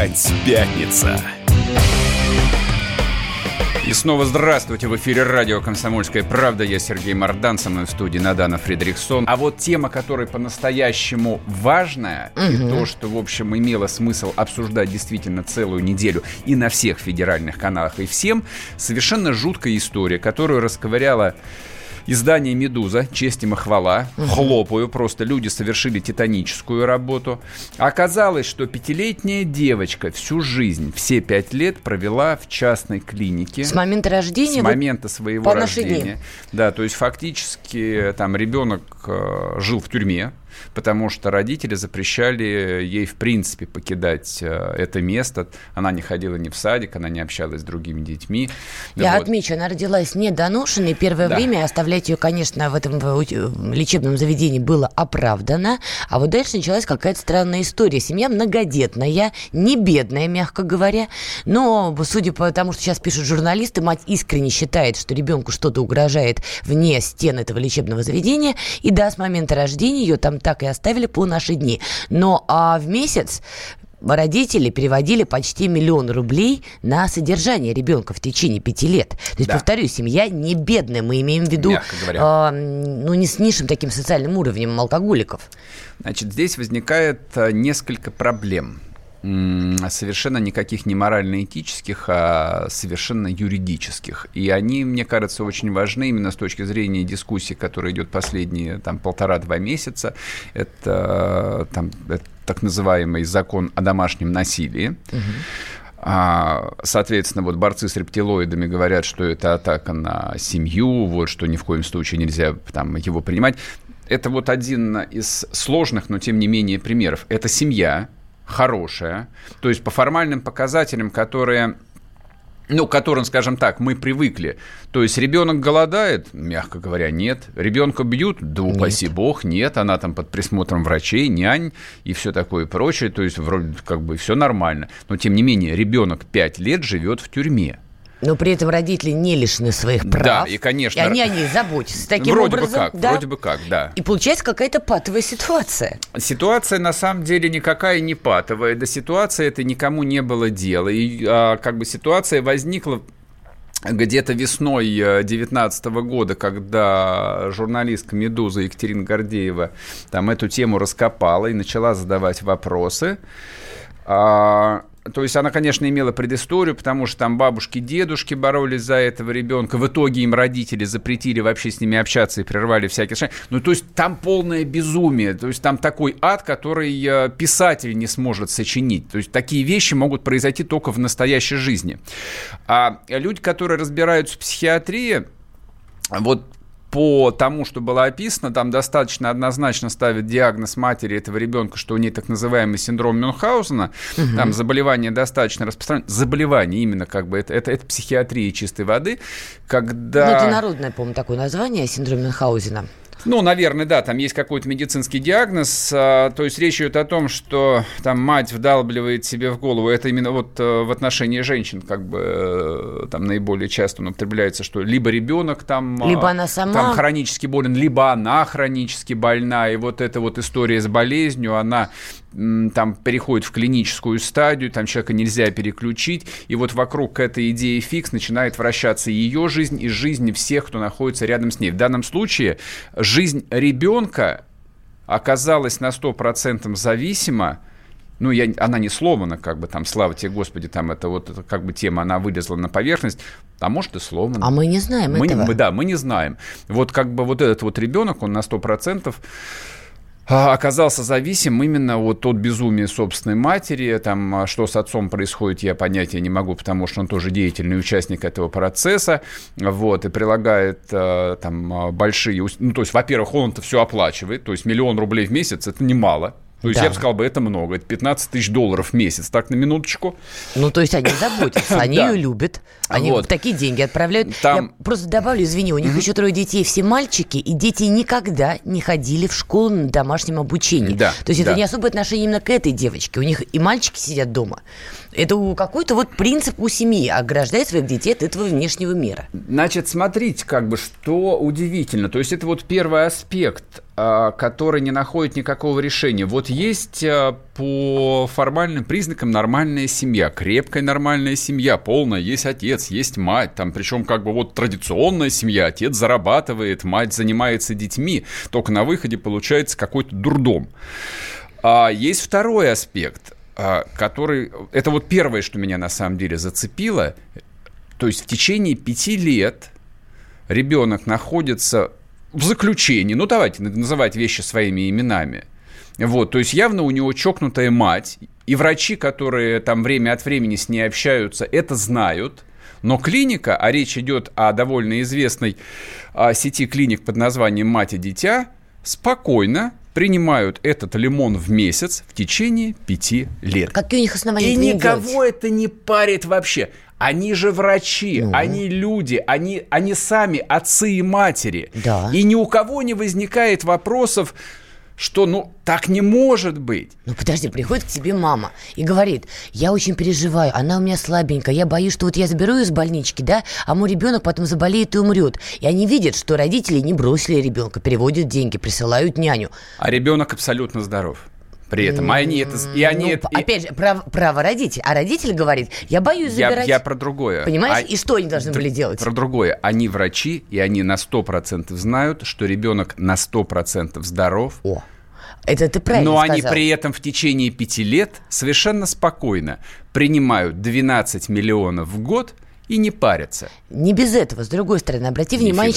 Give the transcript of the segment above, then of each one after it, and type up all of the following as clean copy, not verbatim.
Опять пятница. И снова здравствуйте. В эфире радио «Комсомольская правда». Я Сергей Мордан, со мной в студии Надана Фридрихсон. А вот тема, которая по-настоящему важная, и то, что, в общем, имело смысл обсуждать действительно целую неделю и на всех федеральных каналах, и всем, совершенно жуткая история, которую расковыряла издание «Медуза», честь им и хвала, хлопаю, просто люди совершили титаническую работу. Оказалось, что 5-летняя девочка всю жизнь, все 5 лет провела в частной клинике. С момента рождения? С момента своего рождения. Да, то есть фактически там ребенок жил в тюрьме, потому что родители запрещали ей, в принципе, покидать это место. Она не ходила ни в садик, она не общалась с другими детьми. Я отмечу, она родилась недоношенной. Первое время оставлять ее, конечно, в этом лечебном заведении было оправдано. А вот дальше началась какая-то странная история. Семья многодетная, не бедная, мягко говоря. Но, судя по тому, что сейчас пишут журналисты, мать искренне считает, что ребенку что-то угрожает вне стен этого лечебного заведения. И да, с момента рождения ее там так и оставили по наши дни. Но в месяц родители переводили почти 1 000 000 рублей на содержание ребенка в течение 5 лет. То есть, повторюсь, семья не бедная. Мы имеем в виду не с низшим таким социальным уровнем алкоголиков. Значит, здесь возникает несколько проблем. Совершенно никаких не морально-этических, а совершенно юридических. И они, мне кажется, очень важны именно с точки зрения дискуссии, которая идет последние 1,5-2 месяца. Это так называемый закон о домашнем насилии. Соответственно, вот борцы с рептилоидами говорят, что это атака на семью, вот, что ни в коем случае нельзя его принимать. Это вот один из сложных, но тем не менее примеров. Это семья хорошая, то есть по формальным показателям, которым, скажем так, мы привыкли. То есть ребенок голодает, мягко говоря, нет. Ребенка бьют, да упаси бог, нет. Она там под присмотром врачей, нянь и все такое прочее. То есть вроде все нормально. Но тем не менее ребенок 5 лет живет в тюрьме. Но при этом родители не лишены своих прав. Да, и, конечно. И они о них заботятся. Таким образом, вроде бы как, да. И получается какая-то патовая ситуация. Ситуация, на самом деле, никакая не патовая. До ситуации это никому не было дела. И ситуация возникла где-то весной 2019 года, когда журналистка «Медузы» Екатерина Гордеева эту тему раскопала и начала задавать вопросы. То есть она, конечно, имела предысторию, потому что там бабушки, дедушки боролись за этого ребенка. В итоге им родители запретили вообще с ними общаться и прервали всякие отношения. То есть там полное безумие. То есть там такой ад, который писатель не сможет сочинить. То есть такие вещи могут произойти только в настоящей жизни. А люди, которые разбираются в психиатрии, вот по тому, что было описано, там достаточно однозначно ставят диагноз матери этого ребенка, что у нее так называемый синдром Мюнхгаузена. Там заболевание достаточно распространено. Заболевание именно это психиатрия чистой воды. Когда... это народное, по-моему, такое название, синдром Мюнхгаузена. Наверное, да, там есть какой-то медицинский диагноз, то есть речь идет о том, что там мать вдалбливает себе в голову, это именно вот в отношении женщин там наиболее часто употребляется, что либо ребенок либо она сама хронически болен, либо она хронически больна, и вот эта вот история с болезнью, она там переходит в клиническую стадию, там человека нельзя переключить, и вот вокруг этой идеи фикс начинает вращаться ее жизнь и жизнь всех, кто находится рядом с ней. В данном случае жизнь ребенка оказалась на 100% зависима. Она не сломана, слава тебе, Господи, это тема, она вылезла на поверхность, а может и сломана. А мы не знаем этого. Да, мы не знаем. Вот этот ребенок, он на 100% оказался зависим именно от безумия собственной матери. Что с отцом происходит, я понятия не могу, потому что он тоже деятельный участник этого процесса. И прилагает большие... то есть, во-первых, он-то все оплачивает. То есть, 1 000 000 рублей в месяц – это немало. То есть, я бы сказал, это много. Это $15 000 в месяц. Так, на минуточку. То есть, они заботятся, они ее любят. Они такие деньги отправляют. Я просто добавлю, извини, у них еще 3 детей, все мальчики, и дети никогда не ходили в школу на домашнем обучении. То есть, это не особое отношение именно к этой девочке. У них и мальчики сидят дома. Это какой-то принцип у семьи ограждать своих детей от этого внешнего мира. Значит, смотрите, что удивительно. То есть, это первый аспект. который не находит никакого решения. Вот есть по формальным признакам нормальная семья, крепкая нормальная семья, полная, есть отец, есть мать, там, причем как бы вот традиционная семья, отец зарабатывает, мать занимается детьми, только на выходе получается какой-то дурдом. Есть второй аспект, который, это вот первое, что меня на самом деле зацепило, то есть в течение 5 лет ребенок находится в заключении, ну давайте называть вещи своими именами. Вот, то есть явно у него чокнутая мать, и врачи, которые там время от времени с ней общаются, это знают. Но клиника, а речь идет о довольно известной сети клиник под названием «Мать и дитя», спокойно принимают этот лимон в месяц в течение 5 лет. Какие у них основания? И никого это не парит вообще. Они же врачи, они люди, они сами отцы и матери. Да. И ни у кого не возникает вопросов, что, так не может быть. Подожди, приходит к тебе мама и говорит: я очень переживаю, она у меня слабенькая, я боюсь, что вот я заберу ее из больнички, да, а мой ребенок потом заболеет и умрет. И они видят, что родители не бросили ребенка, переводят деньги, присылают няню. А ребенок абсолютно здоров. При этом опять же, право родителей. А родитель говорит: я боюсь забирать. Я про другое. Понимаешь? И что они должны были делать? Про другое. Они врачи, и они на 100% знают, что ребенок на 100% здоров. О, это ты правильно сказал. Но они при этом в течение 5 лет совершенно спокойно принимают 12 миллионов в год и не парятся. Не без этого. С другой стороны, обрати внимание,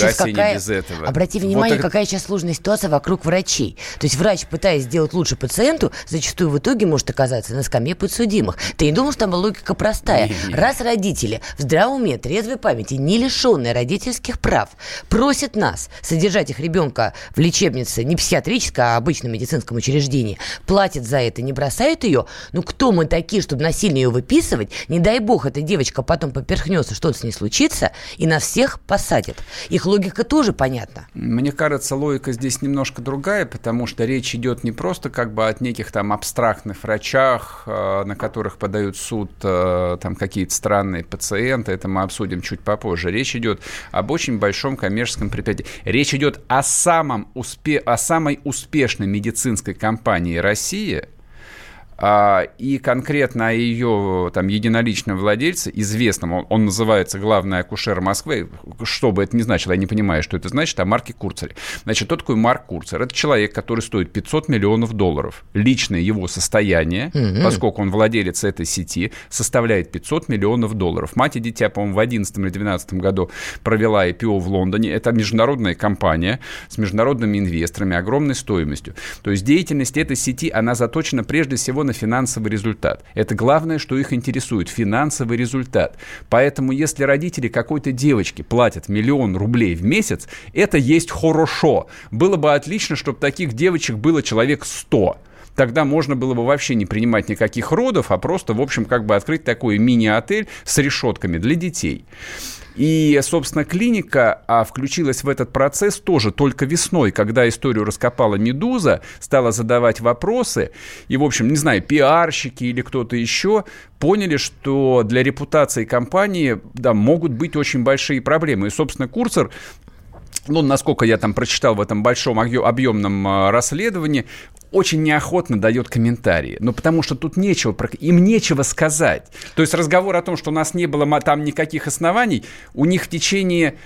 какая сейчас сложная ситуация вокруг врачей. То есть врач, пытаясь сделать лучше пациенту, зачастую в итоге может оказаться на скамье подсудимых. Ты не думал, что там логика простая? Нет. Раз родители в здравом уме, трезвой памяти, не лишенные родительских прав, просят нас содержать их ребенка в лечебнице не психиатрической, а обычном медицинском учреждении, платят за это, не бросают ее, кто мы такие, чтобы насильно ее выписывать? Не дай бог, эта девочка потом поперхнется, что-то с ней случится, и нас всех посадят. Их логика тоже понятна. Мне кажется, логика здесь немножко другая, потому что речь идет не просто о неких там абстрактных врачах, на которых подают в суд там какие-то странные пациенты, это мы обсудим чуть попозже. Речь идет об очень большом коммерческом предприятии. Речь идет о самой успешной медицинской компании России, и конкретно о ее там единоличном владельце, известном, он называется главный акушер Москвы, что бы это ни значило, я не понимаю, что это значит, о Марке Курцере. Значит, кто такой Марк Курцер? Это человек, который стоит $500 миллионов. Личное его состояние, поскольку он владелец этой сети, составляет $500 миллионов. «Мать и дитя», по-моему, в 2011 или 2012 году провела IPO в Лондоне. Это международная компания с международными инвесторами, огромной стоимостью. То есть деятельность этой сети, она заточена прежде всего на финансовый результат. Это главное, что их интересует, финансовый результат. Поэтому, если родители какой-то девочки платят $1 миллион в месяц, это есть хорошо. Было бы отлично, чтобы таких девочек было человек 100. Тогда можно было бы вообще не принимать никаких родов, а просто, в общем, открыть такой мини-отель с решетками для детей. И, собственно, клиника включилась в этот процесс тоже только весной, когда историю раскопала «Медуза», стала задавать вопросы, и, в общем, не знаю, пиарщики или кто-то еще поняли, что для репутации компании могут быть очень большие проблемы. И, собственно, Курцер, насколько я там прочитал в этом большом объемном расследовании, очень неохотно дает комментарии. Потому что тут им нечего сказать. То есть разговор о том, что у нас не было там никаких оснований, у них в течение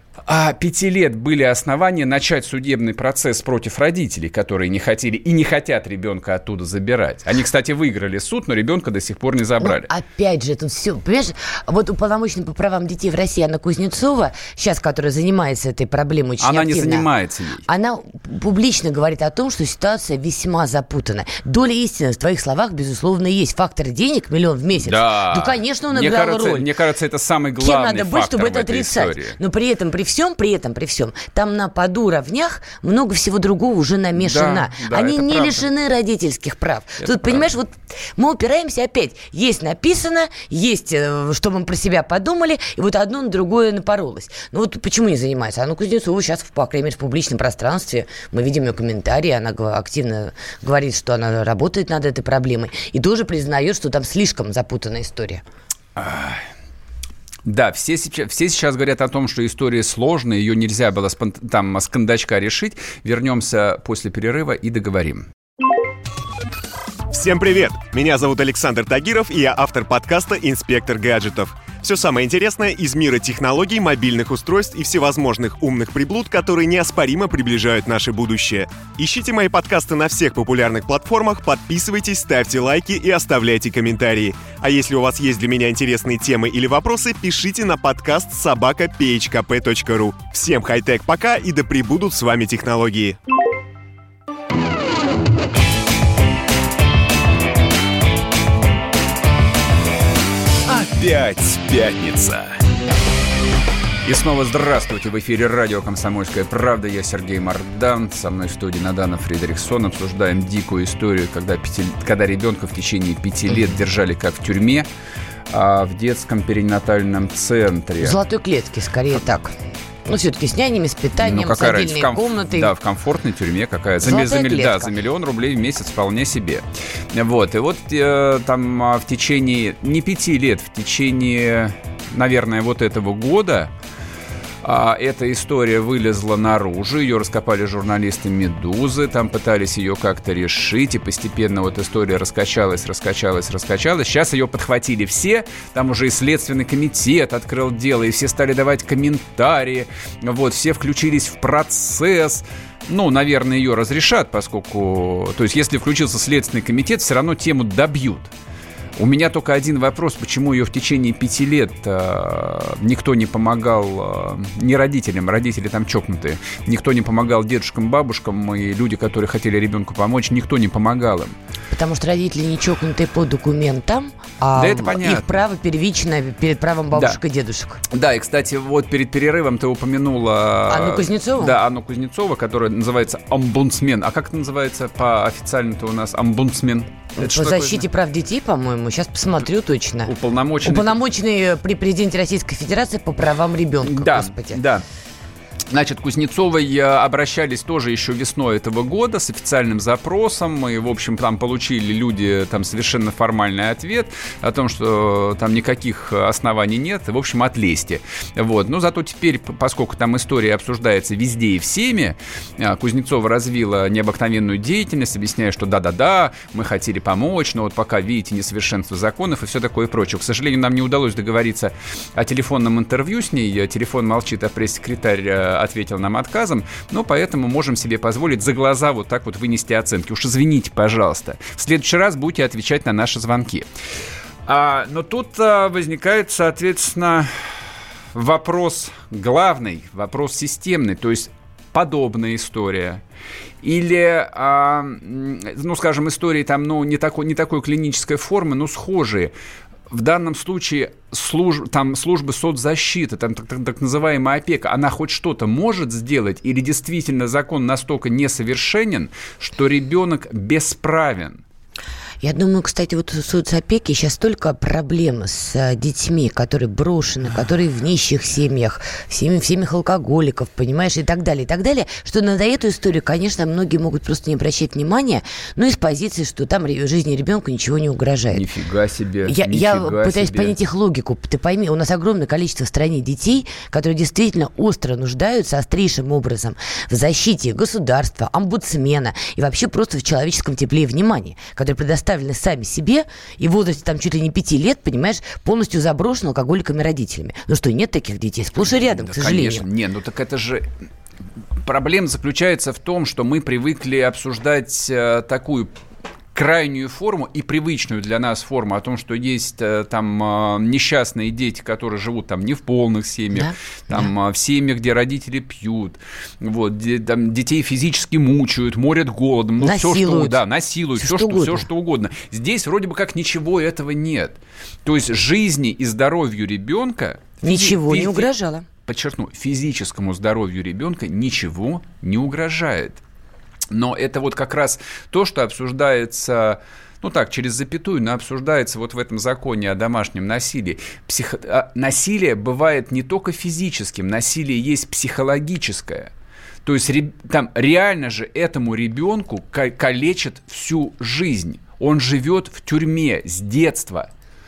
5 лет были основания начать судебный процесс против родителей, которые не хотели и не хотят ребенка оттуда забирать. Они, кстати, выиграли суд, но ребенка до сих пор не забрали. Опять же, тут все, понимаешь, вот уполномоченная по правам детей в России Анна Кузнецова, сейчас, которая занимается этой проблемой очень активно. Она не занимается ей. Она публично говорит о том, что ситуация весьма запутана. Доля истины в твоих словах, безусловно, есть. Фактор денег, $1 миллион в месяц. Да, конечно, он играл роль. Мне кажется, это самый главный фактор в этой истории. Кем надо быть, чтобы это отрицать? Но при этом, при всем, там на подуровнях много всего другого уже намешано. Да, они не лишены родительских прав. Тут, понимаешь, вот мы упираемся опять. Есть написано, есть, что мы про себя подумали, и вот одно на другое напоролось. Почему не занимается? Анна Кузнецова сейчас, по крайней мере, в публичном пространстве, мы видим ее комментарии, она активно говорит, что она работает над этой проблемой, и тоже признает, что там слишком запутанная история. Да, все сейчас говорят о том, что история сложная, ее нельзя было там с кондачка решить. Вернемся после перерыва и договорим. Всем привет! Меня зовут Александр Тагиров, и я автор подкаста «Инспектор гаджетов». Все самое интересное из мира технологий, мобильных устройств и всевозможных умных приблуд, которые неоспоримо приближают наше будущее. Ищите мои подкасты на всех популярных платформах, подписывайтесь, ставьте лайки и оставляйте комментарии. А если у вас есть для меня интересные темы или вопросы, пишите на подкаст @phkp.ru. Всем хай-тек пока, и да пребудут с вами технологии. Опять пятница. И снова здравствуйте. В эфире радио «Комсомольская правда». Я Сергей Мардан. Со мной в студии Надана Фридрихсон. Обсуждаем дикую историю, когда ребенка в течение 5 лет держали как в тюрьме, в детском перинатальном центре. В золотой клетке, скорее так. Ну, все-таки с нянями, с питанием, с отдельной комнатой. Да, в комфортной тюрьме какая. За миллион рублей в месяц вполне себе. Вот. И вот там в течение не 5 лет, в течение, наверное, вот этого года эта история вылезла наружу, ее раскопали журналисты «Медузы», там пытались ее как-то решить, и постепенно вот история раскачалась. Сейчас ее подхватили все, там уже и Следственный комитет открыл дело, и все стали давать комментарии, вот, все включились в процесс. Ну, наверное, ее разрешат, поскольку... То есть, если включился Следственный комитет, все равно тему добьют. У меня только один вопрос, почему ее в течение 5 лет никто не помогал, не родителям, родители там чокнутые, никто не помогал дедушкам, бабушкам, и люди, которые хотели ребенку помочь, никто не помогал им. Потому что родители не чокнутые по документам, а да, это понятно. Их право первично перед правом бабушек и дедушек. Да, и, кстати, вот перед перерывом ты упомянула... Анну Кузнецову? Да, Анну Кузнецову, которая называется омбудсмен. А как это называется по-официально-то у нас? Омбудсмен? По защите прав детей, по-моему. Сейчас посмотрю точно. Уполномоченный при президенте Российской Федерации по правам ребенка. Да, Господи. Да. Значит, к Кузнецовой обращались тоже еще весной этого года с официальным запросом. И, в общем, там получили люди там совершенно формальный ответ о том, что там никаких оснований нет. В общем, отлезьте. Вот. Но зато теперь, поскольку там история обсуждается везде и всеми, Кузнецова развила необыкновенную деятельность, объясняя, что да-да-да, мы хотели помочь, но вот пока, видите, несовершенство законов и все такое прочее. К сожалению, нам не удалось договориться о телефонном интервью с ней. Телефон молчит, а пресс-секретарь ответил нам отказом, но поэтому можем себе позволить за глаза вот так вот вынести оценки. Уж извините, пожалуйста. В следующий раз будете отвечать на наши звонки. Но тут возникает, соответственно, вопрос главный, вопрос системный, то есть подобная история. Или, ну, скажем, истории там, ну, не такой клинической формы, но схожие. В данном случае службы соцзащиты, там так называемая опека, она хоть что-то может сделать, или действительно закон настолько несовершенен, что ребенок бесправен? Я думаю, кстати, вот в соцопеке сейчас столько проблем с детьми, которые брошены, которые в нищих семьях, в семьях алкоголиков, понимаешь, и так далее, что на эту историю, конечно, многие могут просто не обращать внимания, но из позиции, что там жизни ребенка ничего не угрожает. Нифига себе. Я пытаюсь понять их логику. Ты пойми, у нас огромное количество в стране детей, которые действительно остро нуждаются, острейшим образом, в защите государства, омбудсмена и вообще просто в человеческом тепле и внимании, которые предоставлены сами себе и в возрасте там чуть ли не 5 лет, понимаешь, полностью заброшены алкоголиками родителями. Ну что, нет таких детей? Сплошь и рядом, да, к сожалению. Конечно, нет, ну так это же... Проблема заключается в том, что мы привыкли обсуждать такую крайнюю форму и привычную для нас форму о том, что есть там несчастные дети, которые живут там не в полных семьях, да? Там в семьях, где родители пьют, вот, где там детей физически мучают, морят голодом, ну, насилуют. Насилуют, все что угодно. Здесь вроде бы как ничего этого нет. То есть жизни и здоровью ребенка ничего не угрожало. Подчеркну, физическому здоровью ребенка ничего не угрожает. Но это вот как раз то, что обсуждается, ну так, через запятую, но обсуждается вот в этом законе о домашнем насилии. Насилие бывает не только физическим, насилие есть психологическое. То есть там реально же этому ребенку калечат всю жизнь. Он живет в тюрьме с детства.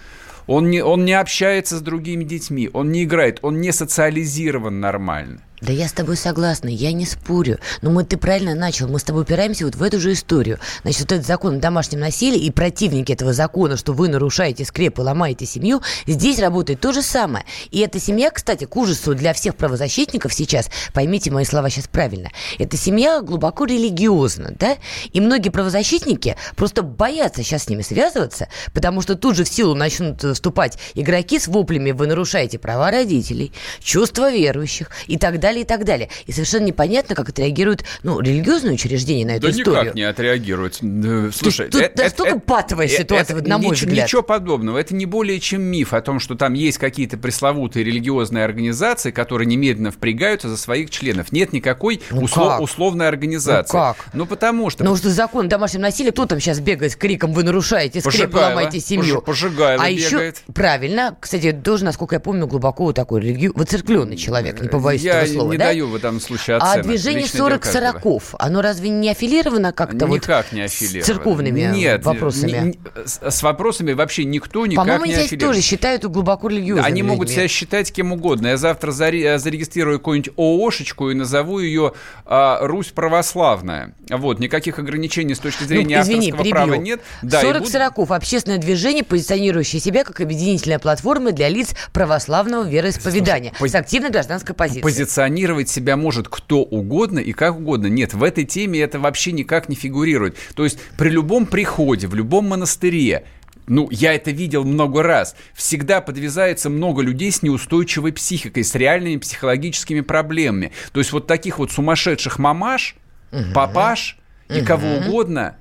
Он не общается с другими детьми, он не играет, он не социализирован нормально. Да я с тобой согласна, я не спорю. Но ты правильно начал, мы с тобой упираемся вот в эту же историю. Значит, вот этот закон о домашнем насилии и противники этого закона, что вы нарушаете скрепы, ломаете семью, здесь работает то же самое. И эта семья, кстати, к ужасу для всех правозащитников сейчас, поймите мои слова сейчас правильно, эта семья глубоко религиозна, да? И многие правозащитники просто боятся сейчас с ними связываться, потому что тут же в силу начнут вступать игроки с воплями: вы нарушаете права родителей, чувства верующих и так далее. И так далее. И совершенно непонятно, как отреагируют религиозные учреждения на эту историю. Да никак не отреагируют. Слушай, тут настолько патовая ситуация, на мой взгляд. Ничего подобного. Это не более чем миф о том, что там есть какие-то пресловутые религиозные организации, которые немедленно впрягаются за своих членов. Нет никакой условной организации. Как? Потому что... Ну, что закон о домашнем насилии, кто там сейчас бегает с криком: вы нарушаете скрепы, ломаете семью? Пожигаева бегает. Еще, правильно, кстати, тоже, насколько я помню, глубоко такой воцерквленный человек, не побоюсь этого слова. Не даю в этом случае оценок. А движение 40-40, оно разве не аффилировано как-то никак не аффилировано. С церковными вопросами? С вопросами вообще никто никак не аффилирован. По-моему, здесь тоже считают глубоко религиозными Они людьми. могут себя считать кем угодно. Я завтра зарегистрирую какую-нибудь ООшечку и назову ее Русь православная. Вот, никаких ограничений с точки зрения авторского права нет. Да, 40-40, общественное движение, позиционирующее себя как объединительная платформа для лиц православного вероисповедания с активной гражданской позицией. Позиционировать себя может кто угодно и как угодно. Нет, в этой теме это вообще никак не фигурирует. То есть при любом приходе, в любом монастыре, я это видел много раз, всегда подвязается много людей с неустойчивой психикой, с реальными психологическими проблемами. То есть вот таких вот сумасшедших мамаш, папаш и кого угодно...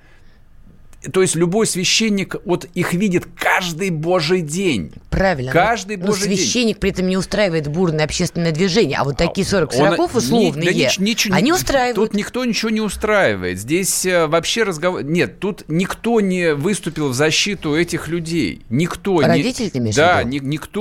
То есть любой священник их видит каждый божий день. Правильно. Каждый божий день. Но священник при этом не устраивает бурное общественное движение. А вот такие 40-40 условные, они устраивают. Тут никто ничего не устраивает. Здесь вообще разговор... Нет, тут никто не выступил в защиту этих людей. Никто. Родители ты имеешь в виду? Да,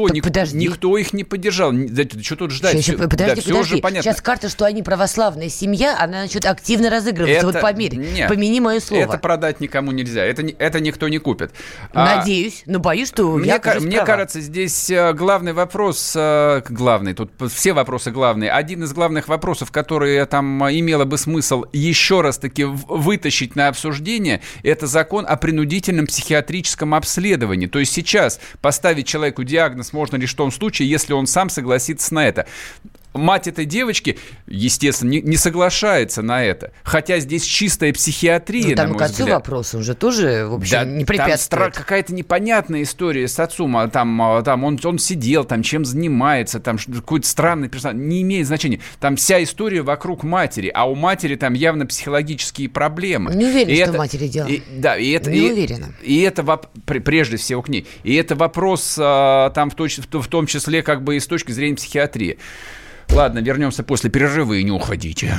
никто их не поддержал. Да, что тут ждать? Подожди. Уже понятно. Сейчас карта, что они православная семья, она начнет активно разыгрываться. Вот померь. Помяни мое слово. Это продать никому нельзя. Это никто не купит. Надеюсь, но боюсь, что мне кажется, здесь главный вопрос, тут все вопросы главные. Один из главных вопросов, который там имело бы смысл еще раз таки вытащить на обсуждение, это закон о принудительном психиатрическом обследовании. То есть сейчас поставить человеку диагноз можно лишь в том случае, если он сам согласится на это. Мать этой девочки, естественно, не соглашается на это. Хотя здесь чистая психиатрия, на мой взгляд. Там к отцу вопрос, он же тоже, в общем, не препятствует. Там какая-то непонятная история с отцом. Там он сидел, там чем занимается, там какой-то странный персонаж. Не имеет значения. Там вся история вокруг матери. А у матери там явно психологические проблемы. Не уверена, что матери дело. Не уверена. И это прежде всего к ней. И это вопрос там в том числе как бы и с точки зрения психиатрии. Ладно, вернемся после перерыва и не уходите.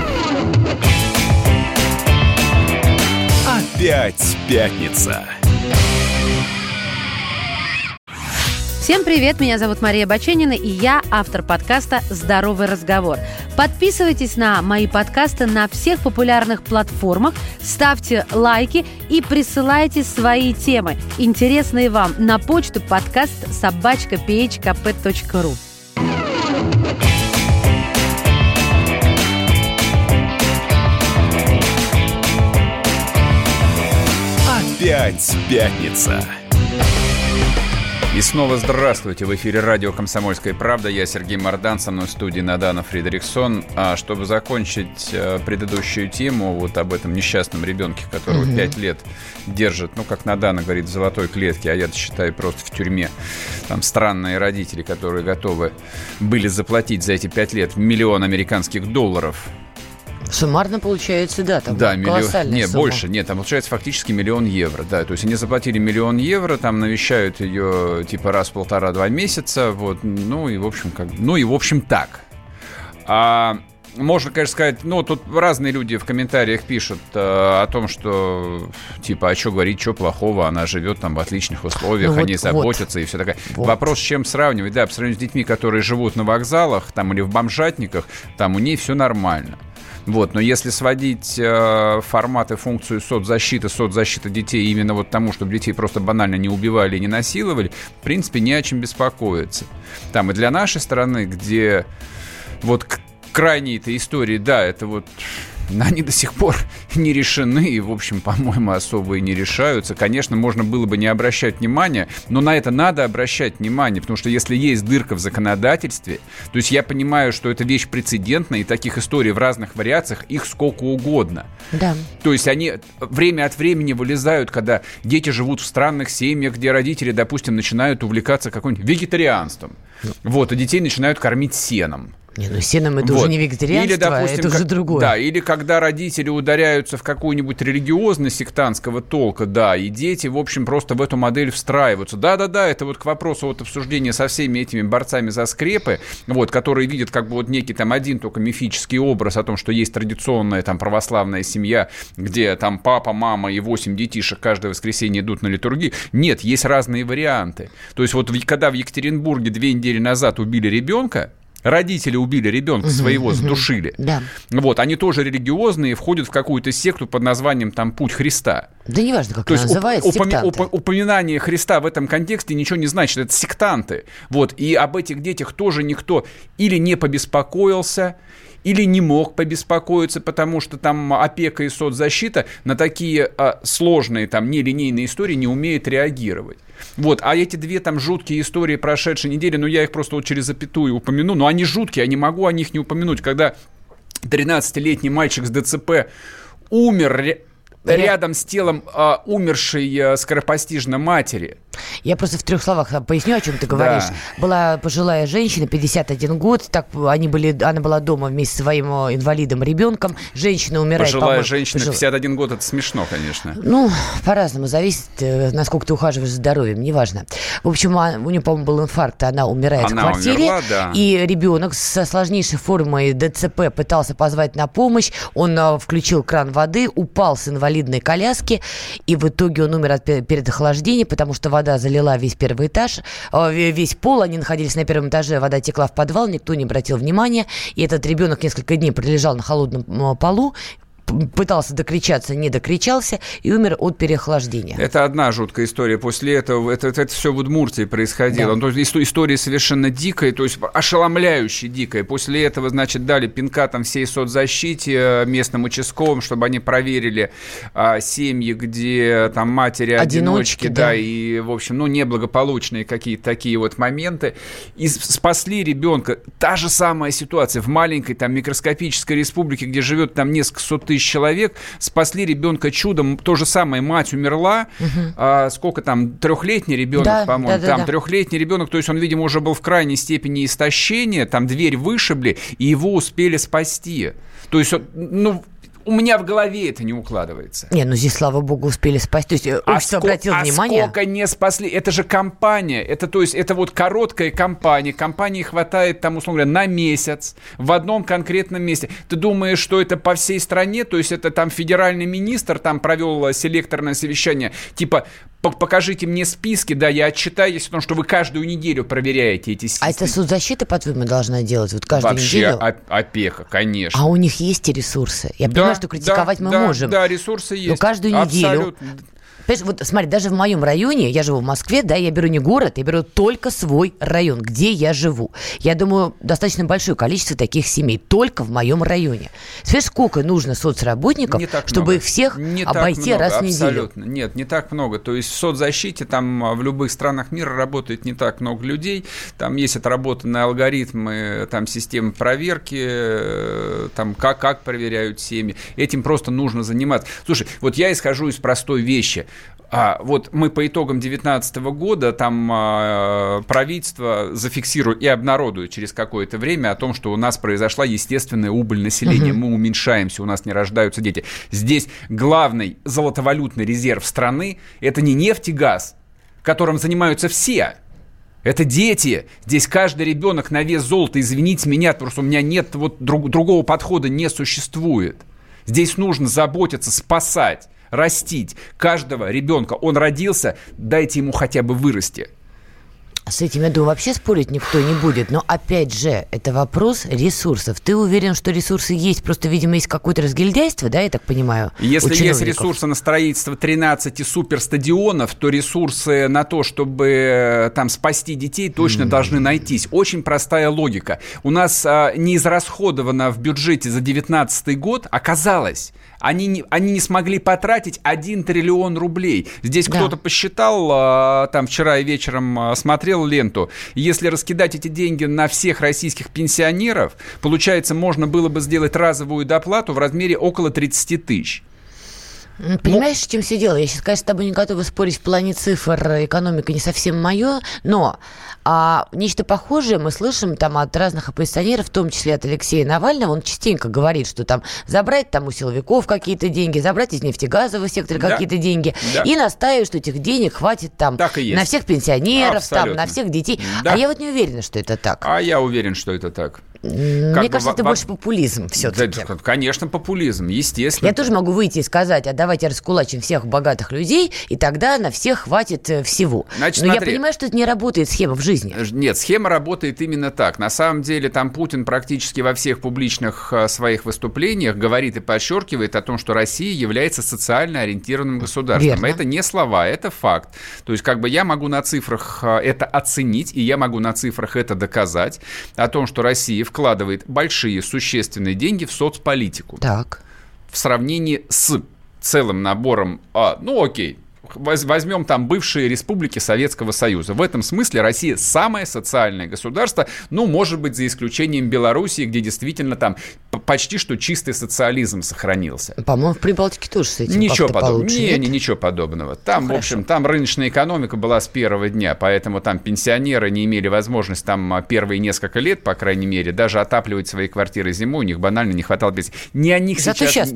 Опять пятница. Всем привет, меня зовут Мария Баченина, и я автор подкаста «Здоровый разговор». Подписывайтесь на мои подкасты на всех популярных платформах, ставьте лайки и присылайте свои темы, интересные вам, на почту podcast@phkp.ru. Опять пятница. И снова здравствуйте. В эфире радио «Комсомольская правда». Я Сергей Мордан, со мной в студии Надана Фридрихсон. А чтобы закончить предыдущую тему вот об этом несчастном ребенке, которого 5 лет держат, как Надана говорит, в золотой клетке, а я-то считаю просто в тюрьме. Там странные родители, которые готовы были заплатить за эти 5 лет $1 миллион американских долларов. Суммарно получается, да, там колоссальная сумма. Больше, там получается фактически $1 миллион, да, то есть они заплатили $1 миллион, там навещают ее типа раз в 1,5-2 месяца, вот, и в общем так. Можно, конечно, сказать, тут разные люди в комментариях пишут о том, что, типа, а что говорить, что плохого, она живет там в отличных условиях, они заботятся и все такое. Вопрос, с чем сравнивать, да, по сравнению с детьми, которые живут на вокзалах там или в бомжатниках, там у ней все нормально. Вот. Но если сводить формат и функцию соцзащиты детей именно вот тому, чтобы детей просто банально не убивали и не насиловали, в принципе, не о чем беспокоиться. Там и для нашей страны, где вот крайние-то истории, да, это вот... Они до сих пор не решены и, в общем, по-моему, особо и не решаются. Конечно, можно было бы не обращать внимания, но на это надо обращать внимание, потому что если есть дырка в законодательстве, то есть я понимаю, что это вещь прецедентная, и таких историй в разных вариациях их сколько угодно. Да. То есть они время от времени вылезают, когда дети живут в странных семьях, где родители, допустим, начинают увлекаться каким-нибудь вегетарианством. Вот, и детей начинают кормить сеном. Не, ну сеном это уже не вегетарианство, или, допустим, это уже другое. Да, или когда родители ударяются в какую-нибудь религиозность сектантского толка, да, и дети, в общем, просто в эту модель встраиваются. Да-да-да, это вот к вопросу вот обсуждения со всеми этими борцами за скрепы, вот, которые видят как бы вот некий там один только мифический образ о том, что есть традиционная там православная семья, где там папа, мама и 8 детишек каждое воскресенье идут на литургию. Нет, есть разные варианты. То есть вот когда в Екатеринбурге 2 недели назад убили ребенка, родители убили ребенка своего, задушили. Да. Вот, они тоже религиозные, входят в какую-то секту под названием там «Путь Христа». Да неважно, как она называется, сектанты. Упоминание Христа в этом контексте ничего не значит, это сектанты. Вот, и об этих детях тоже никто или не побеспокоился, или не мог побеспокоиться, потому что там опека и соцзащита на такие сложные, там, нелинейные истории не умеет реагировать. Вот, а эти 2 там жуткие истории прошедшей недели, ну, я их просто вот через запятую упомяну, но они жуткие, я не могу о них не упомянуть, когда 13-летний мальчик с ДЦП умер рядом с телом умершей скоропостижно матери. Я просто в 3 словах поясню, о чем ты говоришь. Да. Была пожилая женщина, 51 год, она была дома вместе со своим инвалидом-ребенком. Женщина умирает. Пожилая женщина, 51 год, это смешно, конечно. Ну, по-разному, зависит, насколько ты ухаживаешь за здоровьем, неважно. В общем, у нее, по-моему, был инфаркт, она умирает в квартире. Умерла, да. И ребенок со сложнейшей формой ДЦП пытался позвать на помощь. Он включил кран воды, упал с инвалидной коляски, и в итоге он умер от переохлаждения, потому что вода залила весь первый этаж, весь пол, они находились на первом этаже, вода текла в подвал, никто не обратил внимания, и этот ребенок несколько дней пролежал на холодном полу, пытался докричаться, не докричался и умер от переохлаждения. Это одна жуткая история. После этого это все в Удмуртии происходило. Да. То есть история совершенно дикая, то есть ошеломляюще дикая. После этого, значит, дали пинка там всей соцзащите, местным участковым, чтобы они проверили семьи, где там матери-одиночки, да, и, в общем, ну, неблагополучные какие-то такие вот моменты. И спасли ребенка. Та же самая ситуация в маленькой там микроскопической республике, где живет там несколько сот тысяч человек, спасли ребенка чудом. То же самое, мать умерла. Сколько там, 3-летний ребенок, да, по-моему, да, там 3-летний ребенок, то есть он, видимо, уже был в крайней степени истощения, там дверь вышибли, и его успели спасти. То есть, ну, у меня в голове это не укладывается. Не, ну здесь, слава богу, успели спасти. То есть общество обратило внимание. Сколько не спасли? Это же кампания. То есть это вот короткая кампания. Кампании хватает там, условно говоря, на месяц в одном конкретном месте. Ты думаешь, что это по всей стране? То есть это там федеральный министр там провел селекторное совещание. Типа, покажите мне списки, да, я отчитаюсь о том, что вы каждую неделю проверяете эти системы. А это соцзащита, по-твоему, должна делать вот каждую неделю? Вообще опека, конечно. А у них есть и ресурсы? Я понимаю, что критиковать мы можем. Да, ресурсы есть. Но каждую неделю... Понимаешь, вот смотри, даже в моем районе, я живу в Москве, да, я беру не город, я беру только свой район, где я живу. Я думаю, достаточно большое количество таких семей только в моем районе. Смотри, сколько нужно соцработников, чтобы много. Их всех обойти раз в неделю? Абсолютно. Нет, не так много. То есть в соцзащите там в любых странах мира работает не так много людей. Там есть отработанные алгоритмы, там системы проверки, там как проверяют семьи. Этим просто нужно заниматься. Слушай, вот я исхожу из простой вещи. Вот мы по итогам 2019 года там правительство зафиксирует и обнародует через какое-то время о том, что у нас произошла естественная убыль населения, мы уменьшаемся, у нас не рождаются дети. Здесь главный золотовалютный резерв страны – это не нефть и газ, которым занимаются все. Это дети. Здесь каждый ребенок на вес золота. Извините меня, потому что у меня нет вот другого подхода не существует. Здесь нужно заботиться, спасать, растить каждого ребенка. Он родился, дайте ему хотя бы вырасти. С этим, я думаю, вообще спорить никто не будет. Но, опять же, это вопрос ресурсов. Ты уверен, что ресурсы есть, просто, видимо, есть какое-то разгильдяйство, да, я так понимаю? Если есть ресурсы на строительство 13 суперстадионов, то ресурсы на то, чтобы там спасти детей, точно должны найтись. Очень простая логика. У нас не израсходовано в бюджете за 2019 год, оказалось, они не смогли потратить 1 триллион рублей. Здесь кто-то посчитал, там вчера и вечером смотрел ленту, если раскидать эти деньги на всех российских пенсионеров, получается, можно было бы сделать разовую доплату в размере около 30 тысяч. Понимаешь, в чем все дело? Я сейчас, конечно, с тобой не готова спорить в плане цифр, экономика не совсем мое, но нечто похожее мы слышим там от разных оппозиционеров, в том числе от Алексея Навального. Он частенько говорит, что там забрать там у силовиков какие-то деньги, забрать из нефтегазового сектора какие-то деньги, и настаивает, что этих денег хватит там на всех пенсионеров, там, на всех детей. А я вот не уверена, что это так. А я уверен, что это так. Мне кажется, это больше популизм все-таки. Да, конечно, популизм, естественно. Я тоже могу выйти и сказать, давайте раскулачим всех богатых людей, и тогда на всех хватит всего. Значит, но смотри, я понимаю, что это не работает схема в жизни. Нет, схема работает именно так. На самом деле там Путин практически во всех публичных своих выступлениях говорит и подчеркивает о том, что Россия является социально ориентированным государством. Верно. Это не слова, это факт. То есть как бы я могу на цифрах это оценить, и я могу на цифрах это доказать, о том, что Россия вкладывает большие, существенные деньги в соцполитику. Так. В сравнении с целым набором, окей, возьмем там бывшие республики Советского Союза. В этом смысле Россия самое социальное государство, может быть, за исключением Белоруссии, где действительно там почти что чистый социализм сохранился. По-моему, в Прибалтике тоже с этим ничего как-то подобного. получше. Ничего подобного. Там, в общем, там рыночная экономика была с первого дня, поэтому там пенсионеры не имели возможности там первые несколько лет, по крайней мере, даже отапливать свои квартиры зимой, у них банально не хватало бензина. Не о них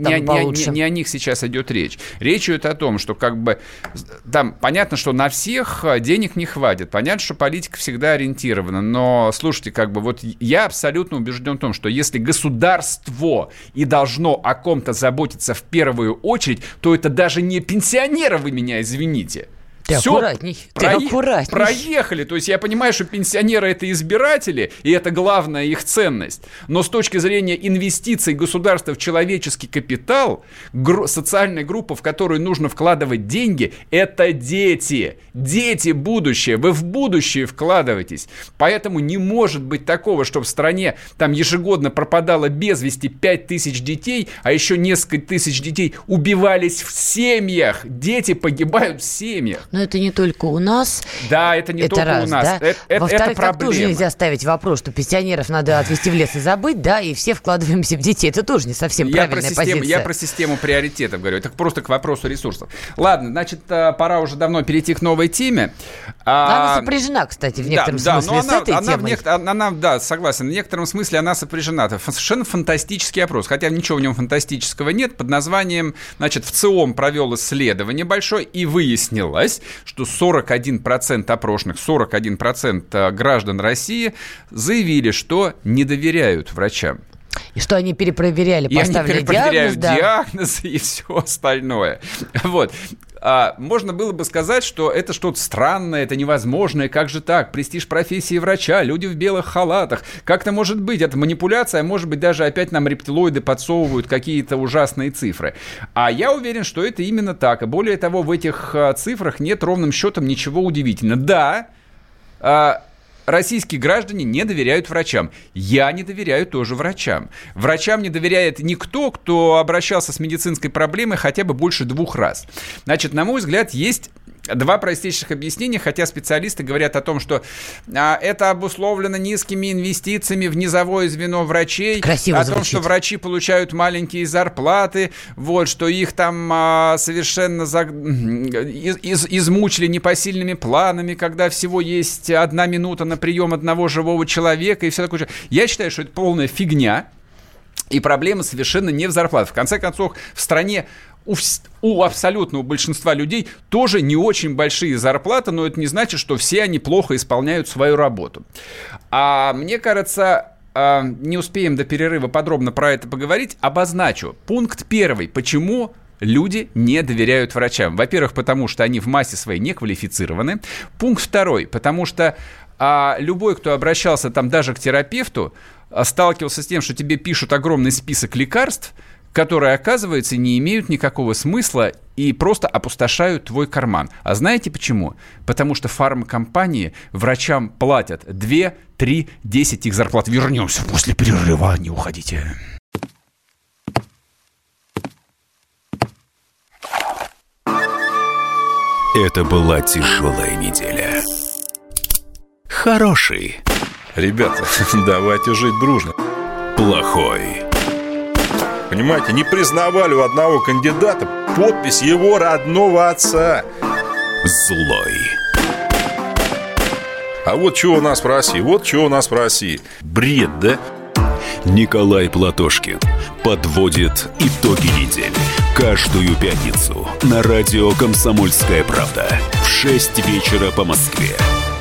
сейчас идет речь. Речь идет о том, что как бы там понятно, что на всех денег не хватит. Понятно, что политика всегда ориентирована. Но, слушайте, как бы вот я абсолютно убежден в том, что если государство и должно о ком-то заботиться в первую очередь, то это даже не пенсионеры, вы меня извините. Ты аккуратней. Проехали. То есть я понимаю, что пенсионеры – это избиратели, и это главная их ценность. Но с точки зрения инвестиций государства в человеческий капитал, социальная группа, в которую нужно вкладывать деньги – это дети. Дети – будущее. Вы в будущее вкладываетесь. Поэтому не может быть такого, что в стране там ежегодно пропадало без вести 5000 детей, а еще несколько тысяч детей убивались в семьях. Дети погибают в семьях. Но это не только у нас. Да, это не только раз, у нас. Да? Во-вторых, так тоже нельзя ставить вопрос, что пенсионеров надо отвезти в лес и забыть, да, и все вкладываемся в детей. Это тоже не совсем правильная позиция. Я про систему приоритетов говорю. Это просто к вопросу ресурсов. Ладно, значит, пора уже давно перейти к новой теме. Она сопряжена, кстати, в некотором смысле с этой темой. Да, согласен. В некотором смысле она сопряжена. Это совершенно фантастический опрос. Хотя ничего в нем фантастического нет. Под названием, значит, ВЦИОМ провел исследование большое, и выяснилось, что 41% опрошенных, 41% граждан России заявили, что не доверяют врачам. И что они перепроверяли, поставили диагнозы и все остальное. Вот. Можно было бы сказать, что это что-то странное, это невозможное, как же так? Престиж профессии врача, люди в белых халатах. Как-то может быть, это манипуляция, а может быть, даже опять нам рептилоиды подсовывают какие-то ужасные цифры. А я уверен, что это именно так. И более того, в этих цифрах нет ровным счетом ничего удивительного. Да, российские граждане не доверяют врачам. Я не доверяю тоже врачам. Врачам не доверяет никто, кто обращался с медицинской проблемой хотя бы больше 2 раз. Значит, на мой взгляд, есть 2 простейших объяснения, хотя специалисты говорят о том, что это обусловлено низкими инвестициями в низовое звено врачей, красиво о звучит. том, что врачи получают маленькие зарплаты, вот, что их там совершенно измучили непосильными планами, когда всего есть 1 минута на прием одного живого человека и все такое. Я считаю, что это полная фигня, и проблема совершенно не в зарплатах. В конце концов, в стране у абсолютного большинства людей тоже не очень большие зарплаты, но это не значит, что все они плохо исполняют свою работу. А мне кажется, не успеем до перерыва подробно про это поговорить, обозначу. Пункт 1. Почему люди не доверяют врачам? Во-первых, потому что они в массе своей не квалифицированы. Пункт второй, потому что любой, кто обращался там даже к терапевту, сталкивался с тем, что тебе пишут огромный список лекарств, которые, оказывается, не имеют никакого смысла и просто опустошают твой карман. А знаете почему? Потому что фармкомпании врачам платят 2, 3, 10 их зарплат. Вернемся после перерыва, не уходите. Это была тяжелая неделя. Хороший. Ребята, давайте жить дружно. Плохой. Понимаете, не признавали у одного кандидата подпись его родного отца. Злой. А вот что у нас в России, вот что у нас в России. Бред, да? Николай Платошкин подводит итоги недели. Каждую пятницу на радио «Комсомольская правда» в 6 вечера по Москве.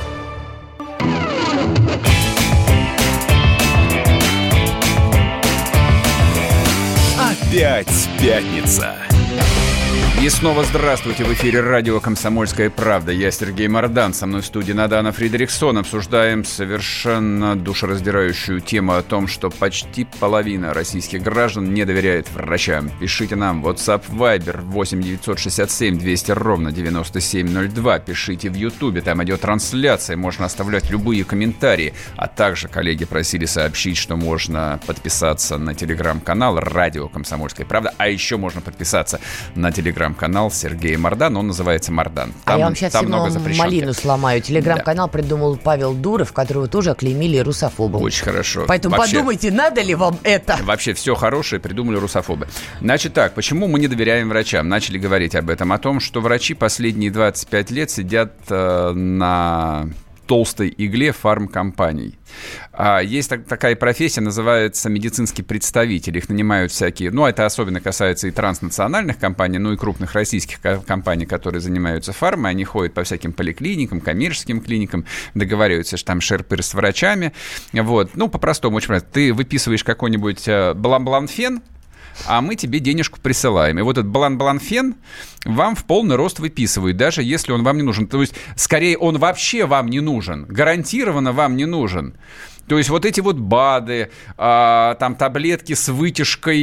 Опять пятница. И снова здравствуйте. В эфире радио «Комсомольская правда». Я Сергей Мардан. Со мной в студии Надана Фридрихсон. Обсуждаем совершенно душераздирающую тему о том, что почти половина российских граждан не доверяет врачам. Пишите нам WhatsApp, Viber 8 967 200 ровно 9702. Пишите в Ютубе, там идет трансляция. Можно оставлять любые комментарии. А также коллеги просили сообщить, что можно подписаться на телеграм-канал радио «Комсомольская правда». А еще можно подписаться на телеграм-канал Сергея Мардана, он называется Мардан. Там, я вам сейчас малину сломаю. Телеграм-канал придумал Павел Дуров, которого тоже оклеймили русофобом. Очень хорошо. Поэтому подумайте, надо ли вам это? Вообще все хорошее придумали русофобы. Значит так, почему мы не доверяем врачам? Начали говорить об этом, о том, что врачи последние 25 лет сидят на толстой игле фармкомпаний. Есть такая профессия, называется медицинский представитель. Их нанимают всякие... это особенно касается и транснациональных компаний, и крупных российских компаний, которые занимаются фармой. Они ходят по всяким поликлиникам, коммерческим клиникам, договариваются, что там шерпы с врачами. Вот. По-простому, очень просто. Ты выписываешь какой-нибудь Бланфен, а мы тебе денежку присылаем. И вот этот Бланфен вам в полный рост выписывают, даже если он вам не нужен. То есть, скорее, он вообще вам не нужен. Гарантированно вам не нужен. То есть, вот эти вот БАДы, там таблетки с вытяжкой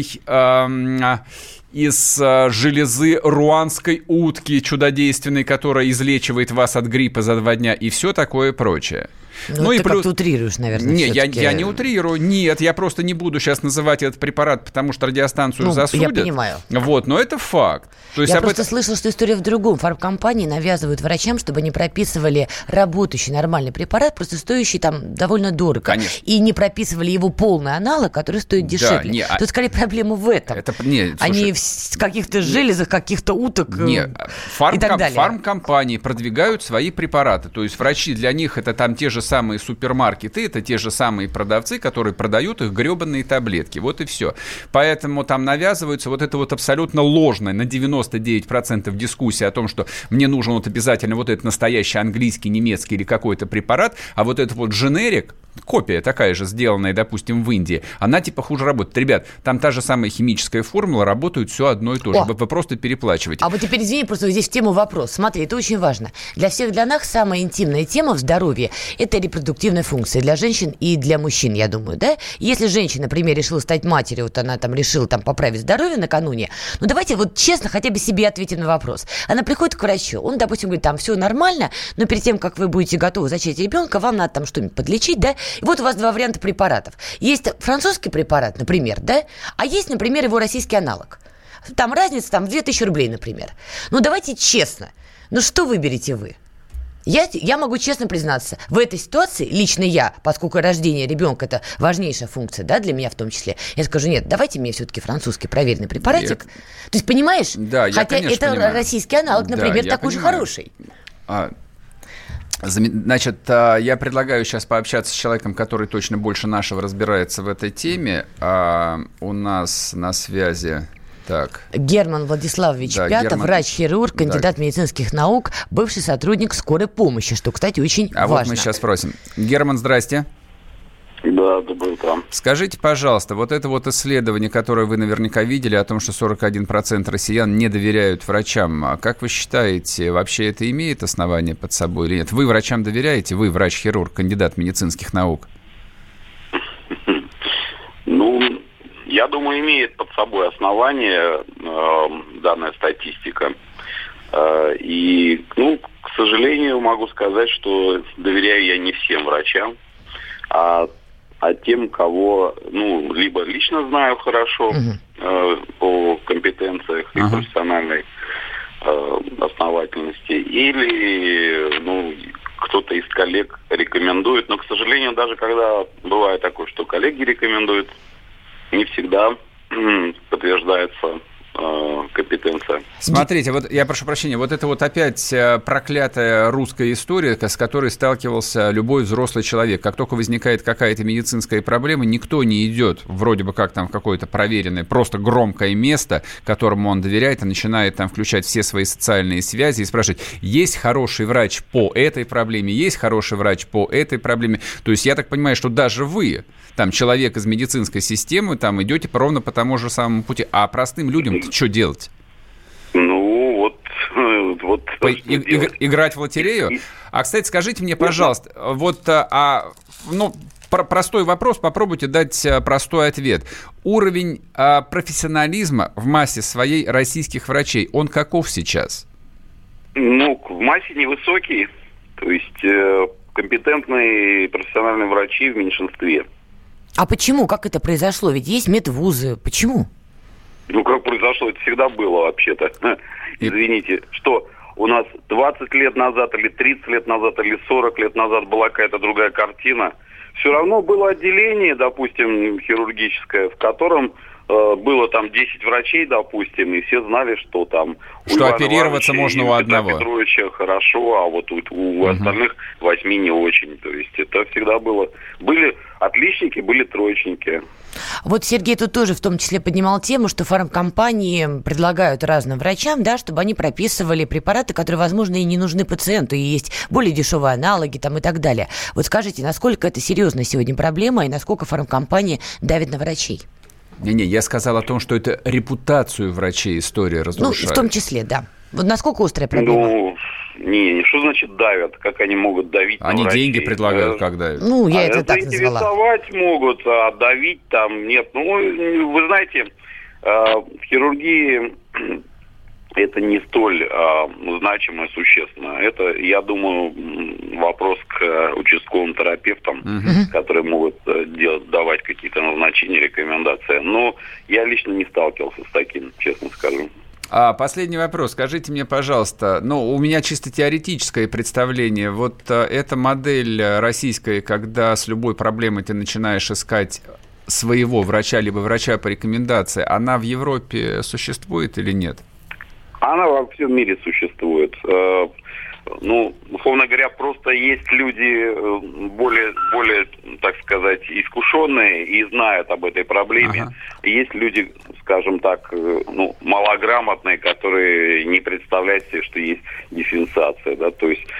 из железы руанской утки чудодейственной, которая излечивает вас от гриппа за 2 дня, и все такое прочее. Ты как-то утрируешь, наверное. Нет, я не утрирую. Нет, я просто не буду сейчас называть этот препарат, потому что радиостанцию засудят. Я понимаю. Но это факт. То есть я просто слышала, что история в другом. Фармкомпании навязывают врачам, чтобы они прописывали работающий нормальный препарат, просто стоящий там довольно дорого. Конечно. И не прописывали его полный аналог, который стоит дешевле. Тут скорее проблема в этом. Они в каких-то железах, каких-то уток и так далее. Фармкомпании продвигают свои препараты. То есть врачи, для них это там те же самые супермаркеты, это те же самые продавцы, которые продают их гребаные таблетки. Вот и все. Поэтому там навязывается вот это вот абсолютно ложное, на 99% дискуссия о том, что мне нужен вот обязательно вот этот настоящий английский, немецкий или какой-то препарат, а вот этот вот дженерик, копия такая же, сделанная, допустим, в Индии, она типа хуже работает. Ребят, там та же самая химическая формула, работает все одно и то же. Вы просто переплачиваете. А вот теперь, извини, просто здесь в тему вопрос. Смотри, это очень важно. Для нас самая интимная тема в здоровье – это репродуктивная функция для женщин и для мужчин, я думаю, да? Если женщина, например, решила стать матерью, вот она там решила поправить здоровье накануне, давайте вот честно хотя бы себе ответим на вопрос. Она приходит к врачу, он, допустим, говорит, там все нормально, но перед тем, как вы будете готовы зачать ребенка, вам надо там что-нибудь подлечить, да? И вот у вас 2 варианта препаратов. Есть французский препарат, например, да? А есть, например, его российский аналог. Там разница, 2000 рублей, например. Давайте честно. Что выберете вы? Я могу честно признаться, в этой ситуации лично я, поскольку рождение ребенка – это важнейшая функция, да, для меня в том числе, я скажу, нет, давайте мне все-ки французский проверенный препаратик. То есть, понимаешь? Да, хотя конечно, это понимаю. Российский аналог, например, такой же хороший. Значит, я предлагаю сейчас пообщаться с человеком, который точно больше нашего разбирается в этой теме. У нас на связи... Так. Герман Владиславович Пятов, врач-хирург, кандидат медицинских наук, бывший сотрудник скорой помощи, что, кстати, очень важно. Вот мы сейчас спросим. Герман, здрасте. Да, доброе утро. Скажите, пожалуйста, вот это вот исследование, которое вы наверняка видели, о том, что 41% россиян не доверяют врачам, как вы считаете, вообще это имеет основание под собой или нет? Вы врачам доверяете? Вы врач-хирург, кандидат медицинских наук. Ну, я думаю, имеет под собой основание данная статистика. И, к сожалению, могу сказать, что доверяю я не всем врачам, а тем, кого, либо лично знаю хорошо по компетенциях и профессиональной основательности, или, кто-то из коллег рекомендует. Но, к сожалению, даже когда бывает такое, что коллеги рекомендуют, не всегда подтверждается компетенция. Смотрите, вот я прошу прощения, вот это вот опять проклятая русская история, с которой сталкивался любой взрослый человек. Как только возникает какая-то медицинская проблема, никто не идет вроде бы как там в какое-то проверенное, просто громкое место, которому он доверяет, и начинает там включать все свои социальные связи и спрашивать, есть хороший врач по этой проблеме, есть хороший врач по этой проблеме. То есть я так понимаю, что даже вы, там, человек из медицинской системы, там, идете ровно по тому же самому пути. А простым людям что делать? Играть в лотерею? А, кстати, скажите мне, пожалуйста, простой вопрос, попробуйте дать простой ответ. Уровень профессионализма в массе своей российских врачей, он каков сейчас? В массе невысокий, то есть компетентные профессиональные врачи в меньшинстве. А почему? Как это произошло? Ведь есть медвузы. Почему? Как произошло? Это всегда было вообще-то. Извините, что у нас 20 лет назад, или 30 лет назад, или 40 лет назад была какая-то другая картина. Все равно было отделение, допустим, хирургическое, в котором было там 10 врачей, допустим, и все знали, что там... Что оперироваться можно у одного. У Петровича хорошо, а вот у остальных 8 не очень. То есть это всегда было... Были отличники, были троечники. Вот Сергей тут тоже в том числе поднимал тему, что фармкомпании предлагают разным врачам, да, чтобы они прописывали препараты, которые, возможно, и не нужны пациенту, и есть более дешевые аналоги там, и так далее. Вот скажите, насколько это серьезная сегодня проблема, и насколько фармкомпании давят на врачей? Не-не, я сказал о том, что это репутацию врачей история разрушает. В том числе, да. Вот насколько острая проблема? Что значит давят? Как они могут давить на врачей? Они деньги предлагают, как давят. Я это так назвала. Заинтересовать могут, а давить там нет. Вы знаете, в хирургии это не столь значимо и существенно. Это, я думаю, вопрос к участковым терапевтам, которые могут давать какие-то назначения, рекомендации. Но я лично не сталкивался с таким, честно скажу. Последний вопрос. Скажите мне, пожалуйста, у меня чисто теоретическое представление. Вот эта модель российская, когда с любой проблемой ты начинаешь искать своего врача, либо врача по рекомендации, она в Европе существует или нет? Она во всем мире существует. Условно говоря, просто есть люди более, так сказать, искушенные и знают об этой проблеме. Есть люди, скажем так, малограмотные, которые не представляют себе, что есть дифференциация, да, то есть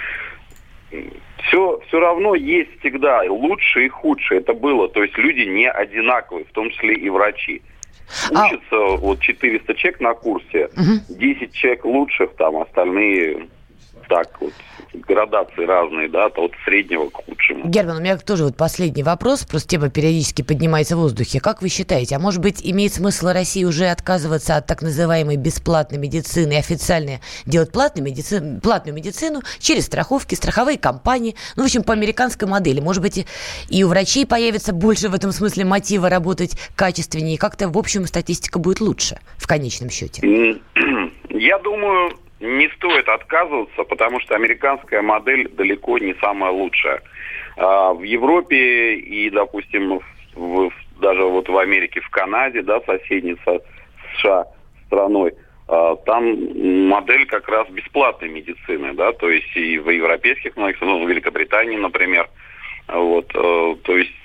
все равно есть всегда лучшее и худшее. Это было, то есть люди не одинаковые, в том числе и врачи. Учатся 400 человек на курсе, 10 человек лучших, там остальные так вот, градации разные, да, от среднего к худшему. Герман, у меня тоже последний вопрос, просто тема периодически поднимается в воздухе. Как вы считаете, а может быть имеет смысл России уже отказываться от так называемой бесплатной медицины и официально делать платную медицину через страховки, страховые компании, в общем, по американской модели? Может быть, и у врачей появится больше в этом смысле мотива работать качественнее, и как-то, в общем, статистика будет лучше в конечном счете? Я думаю, не стоит отказываться, потому что американская модель далеко не самая лучшая. В Европе и, допустим, даже в Америке, в Канаде, да, соседней с США страной, там модель как раз бесплатной медицины, да, то есть и в европейских многих странах, в Великобритании, например, то есть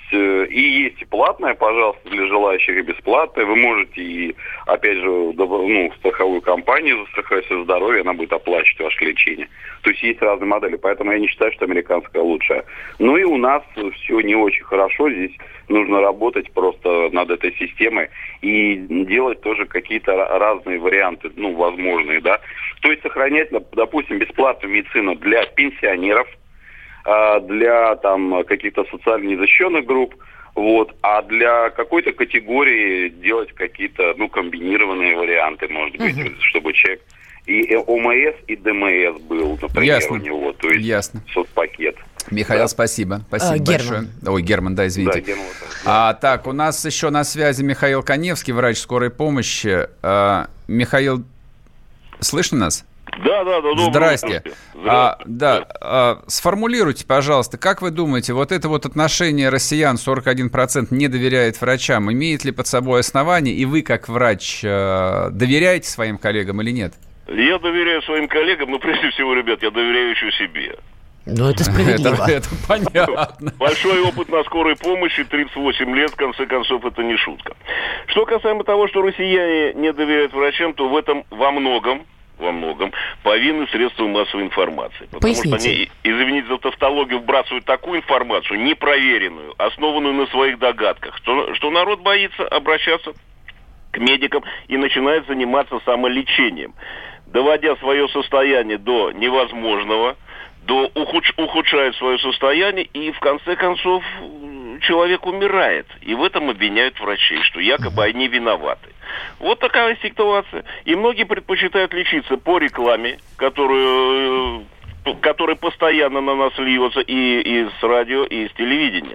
есть и платная, пожалуйста, для желающих, и бесплатная. Вы можете и, опять же, страховую компанию застраховать свое здоровье, она будет оплачивать ваше лечение. То есть разные модели, поэтому я не считаю, что американская лучшая. Ну и у нас все не очень хорошо, здесь нужно работать просто над этой системой и делать тоже какие-то разные варианты, возможные, да. То есть сохранять, допустим, бесплатную медицину для пенсионеров, для каких-то социально незащищенных групп, а для какой-то категории делать какие-то, комбинированные варианты, может быть, чтобы человек и ОМС, и ДМС был, например, у него, то есть соцпакет. Михаил, спасибо. Спасибо большое. Ой, Герман, да, извините. Да, Герман. Так, у нас еще на связи Михаил Каневский, врач скорой помощи. Михаил, слышно нас? Да. Здрасте. Сформулируйте, пожалуйста, как вы думаете, вот это вот отношение россиян, 41% не доверяет врачам, имеет ли под собой основание, и вы, как врач, доверяете своим коллегам или нет? Я доверяю своим коллегам, но прежде всего, ребят, я доверяю еще себе. Это справедливо. Это понятно. Большой опыт на скорой помощи, 38 лет, в конце концов, это не шутка. Что касаемо того, что россияне не доверяют врачам, то в этом во многом повинны средства массовой информации. Потому что они, извините за тавтологию, вбрасывают такую информацию, непроверенную, основанную на своих догадках, что народ боится обращаться к медикам и начинает заниматься самолечением, доводя свое состояние до невозможного, ухудшает свое состояние, и в конце концов человек умирает. И в этом обвиняют врачей, что якобы они виноваты. Вот такая ситуация. И многие предпочитают лечиться по рекламе, которая постоянно на нас льется и с радио, и с телевидения.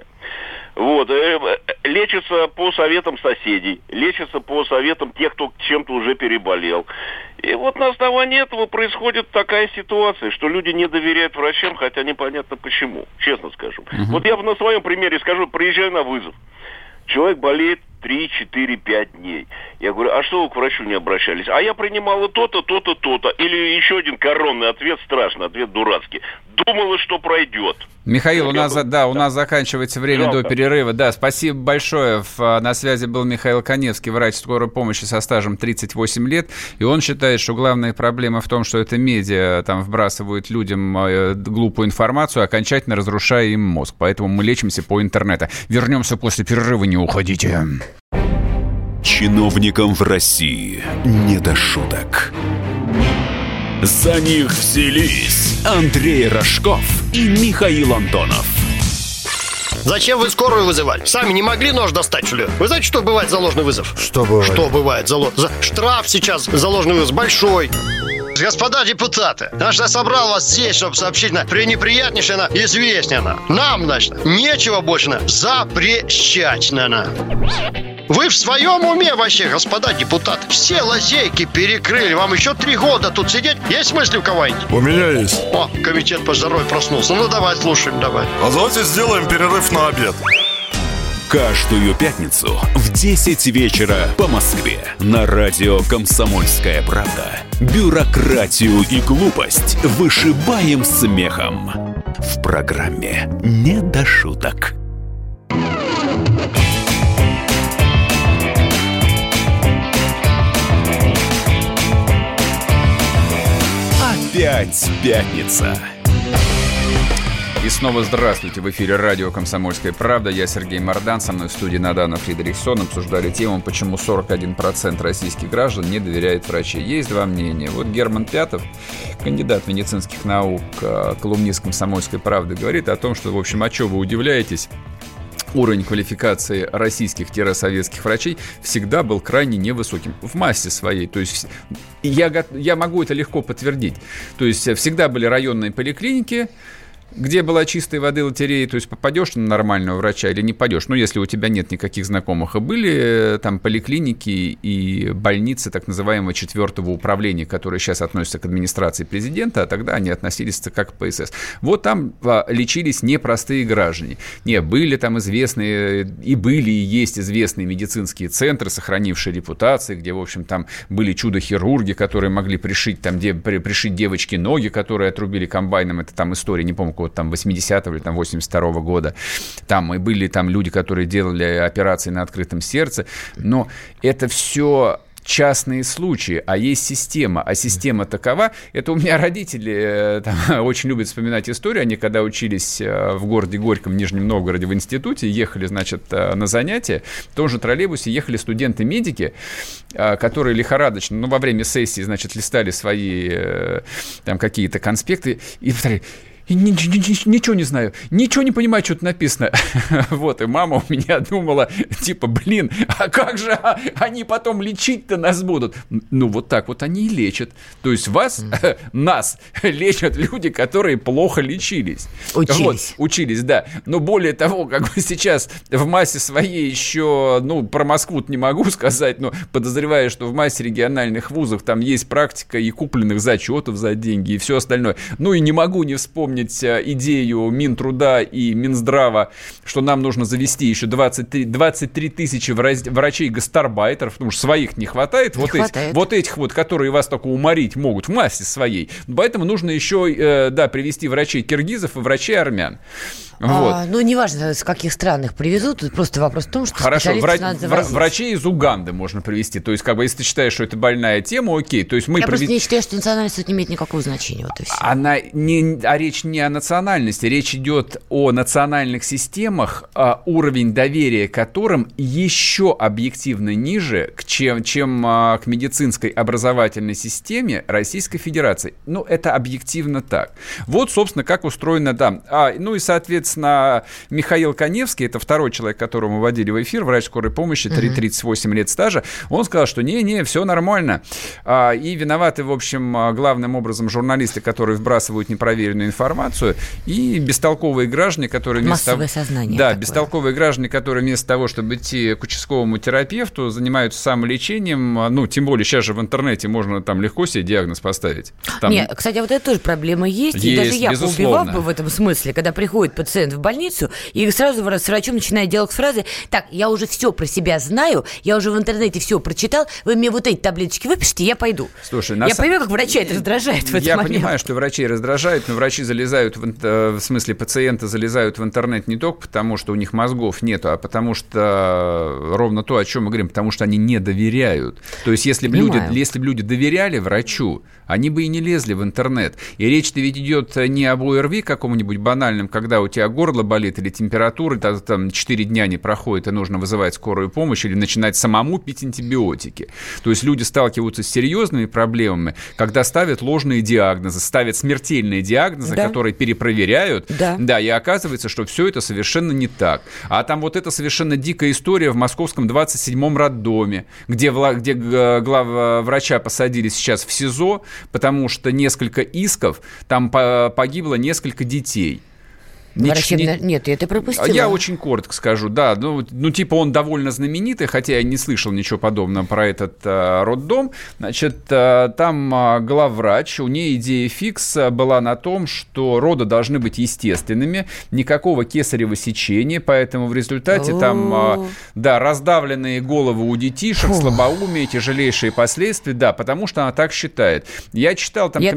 Лечатся по советам соседей, лечатся по советам тех, кто чем-то уже переболел. И на основании этого происходит такая ситуация, что люди не доверяют врачам, хотя непонятно почему, честно скажу. Я на своем примере скажу, приезжаю на вызов. Человек болеет 3, 4, 5 дней. Я говорю, а что вы к врачу не обращались? А я принимала то-то, то-то, то-то. Или еще один коронный ответ, страшный, ответ дурацкий. Думала, что пройдет. Михаил, у нас заканчивается время до перерыва. Да, спасибо большое. На связи был Михаил Каневский, врач скорой помощи со стажем 38 лет. И он считает, что главная проблема в том, что это медиа вбрасывают людям глупую информацию, окончательно разрушая им мозг. Поэтому мы лечимся по интернету. Вернемся после перерыва, не уходите. Чиновникам в России не до шуток. За них взялись Андрей Рожков и Михаил Антонов. Зачем вы скорую вызывали? Сами не могли нож достать, что ли? Вы знаете, что бывает за ложный вызов? Что бывает? Штраф сейчас за ложный вызов большой. Господа депутаты, я собрал вас здесь, чтобы сообщить пренеприятнейшее известие нам, значит, нечего больше запрещать. Вы в своем уме вообще, господа депутаты? Все лазейки перекрыли. Вам еще 3 года тут сидеть? Есть мысли у кого-нибудь? У меня есть. О, комитет по здоровью проснулся. Давай, слушаем, давай. А давайте сделаем перерыв на обед. Каждую пятницу в 10 вечера по Москве на радио «Комсомольская правда». Бюрократию и глупость вышибаем смехом. В программе «Не до шуток». Опять пятница. И снова здравствуйте. В эфире радио «Комсомольская правда». Я Сергей Мордан. Со мной в студии Надана Фридрихсон. Обсуждали тему, почему 41% российских граждан не доверяет врачей. Есть два мнения. Герман Пятов, кандидат медицинских наук, колумнист «Комсомольской правды», говорит о том, что, в общем, а что вы удивляетесь? Уровень квалификации российских-советских врачей всегда был крайне невысоким в массе своей. То есть я могу это легко подтвердить. То есть всегда были районные поликлиники, где была чистой воды лотерея, то есть попадешь на нормального врача или не пойдешь, если у тебя нет никаких знакомых. И были там поликлиники и больницы так называемого 4-го управления, которые сейчас относятся к администрации президента, а тогда они относились как к ПСС. Там лечились непростые граждане. Были там известные, и были, и есть известные медицинские центры, сохранившие репутации, где, в общем, там были чудо-хирурги, которые могли пришить девочке ноги, которые отрубили комбайном, это там история, не помню, около там 80-го или там 82-го года. Там и были там люди, которые делали операции на открытом сердце. Но это все частные случаи, а есть система. А система такова. Это у меня родители там, очень любят вспоминать историю. Они когда учились в городе Горьком, в Нижнем Новгороде в институте, ехали, значит, на занятия, в том же троллейбусе ехали студенты-медики, которые лихорадочно, ну, во время сессии, значит, листали свои там какие-то конспекты и повторяли: ничего не знаю, ничего не понимаю, что тут написано. Вот, и мама у меня думала, типа, блин, а как же они потом лечить-то нас будут? Ну, вот так вот они и лечат. То есть нас лечат люди, которые плохо лечились. Учились. Вот, учились, да. Но более того, как бы сейчас в массе своей еще, ну, про Москву-то не могу сказать, но подозреваю, что в массе региональных вузов там есть практика и купленных зачетов за деньги, и все остальное. Ну, и не могу не вспомнить идею Минтруда и Минздрава, что нам нужно завести еще 23 тысячи врачей-гастарбайтеров, потому что своих не хватает. Вот этих вот, которые вас только уморить могут в массе своей. Поэтому нужно еще, привести врачей-киргизов и врачей-армян. Вот. Ну, неважно, с каких стран их привезут, тут просто вопрос в том, что врачей из Уганды можно привезти. То есть, как бы, если ты считаешь, что это больная тема, окей. То есть я просто не считаю, что национальность тут не имеет никакого значения. Вот и все. Речь не о национальности, речь идет о национальных системах, уровень доверия к которым еще объективно ниже, чем к медицинской образовательной системе Российской Федерации. Ну, это объективно так. Вот, собственно, как устроено, да. Ну и, соответственно, Михаил Каневский, это второй человек, которого мы вводили в эфир, врач скорой помощи, 38 лет стажа, он сказал, что не, все нормально. И виноваты, в общем, главным образом журналисты, которые вбрасывают непроверенную информацию, и бестолковые граждане, которые массовое сознание. Да, такое. Бестолковые граждане, которые вместо того, чтобы идти к участковому терапевту, занимаются самолечением. Ну, тем более, сейчас же в интернете можно там легко себе диагноз поставить. Там... Нет, кстати, вот это тоже проблема есть. И даже я поубивал бы в этом смысле, когда приходит пациент в больницу и сразу с врачом начинает диалог с фразой: так, я уже все про себя знаю, я уже в интернете все прочитал, вы мне вот эти таблеточки выпишите, я пойду. Слушай, я понимаю, как врача это раздражает в этот момент. Я понимаю, что врачей раздражает, но врачи залезают, в смысле пациенты залезают в интернет не только потому, что у них мозгов нету, а потому что ровно то, о чем мы говорим, потому что они не доверяют. То есть если бы люди доверяли врачу, они бы и не лезли в интернет. И речь-то ведь идет не об ОРВИ каком-нибудь банальном, когда у тебя горло болит или температура, там 4 дня не проходит, и нужно вызывать скорую помощь или начинать самому пить антибиотики. То есть люди сталкиваются с серьезными проблемами, когда ставят ложные диагнозы, ставят смертельные диагнозы, которые перепроверяют, и оказывается, что все это совершенно не так. А там вот эта совершенно дикая история в московском 27-м роддоме, где главврача посадили сейчас в СИЗО, потому что несколько исков, там погибло несколько детей. Нет, я это пропустила. Я очень коротко скажу, да. Ну, типа он довольно знаменитый, хотя я не слышал ничего подобного про этот роддом. Значит, там главврач, у нее идея фикс была на том, что роды должны быть естественными, никакого кесарево сечения, поэтому в результате там, раздавленные головы у детишек, слабоумие, тяжелейшие последствия, потому что она так считает. Я читал там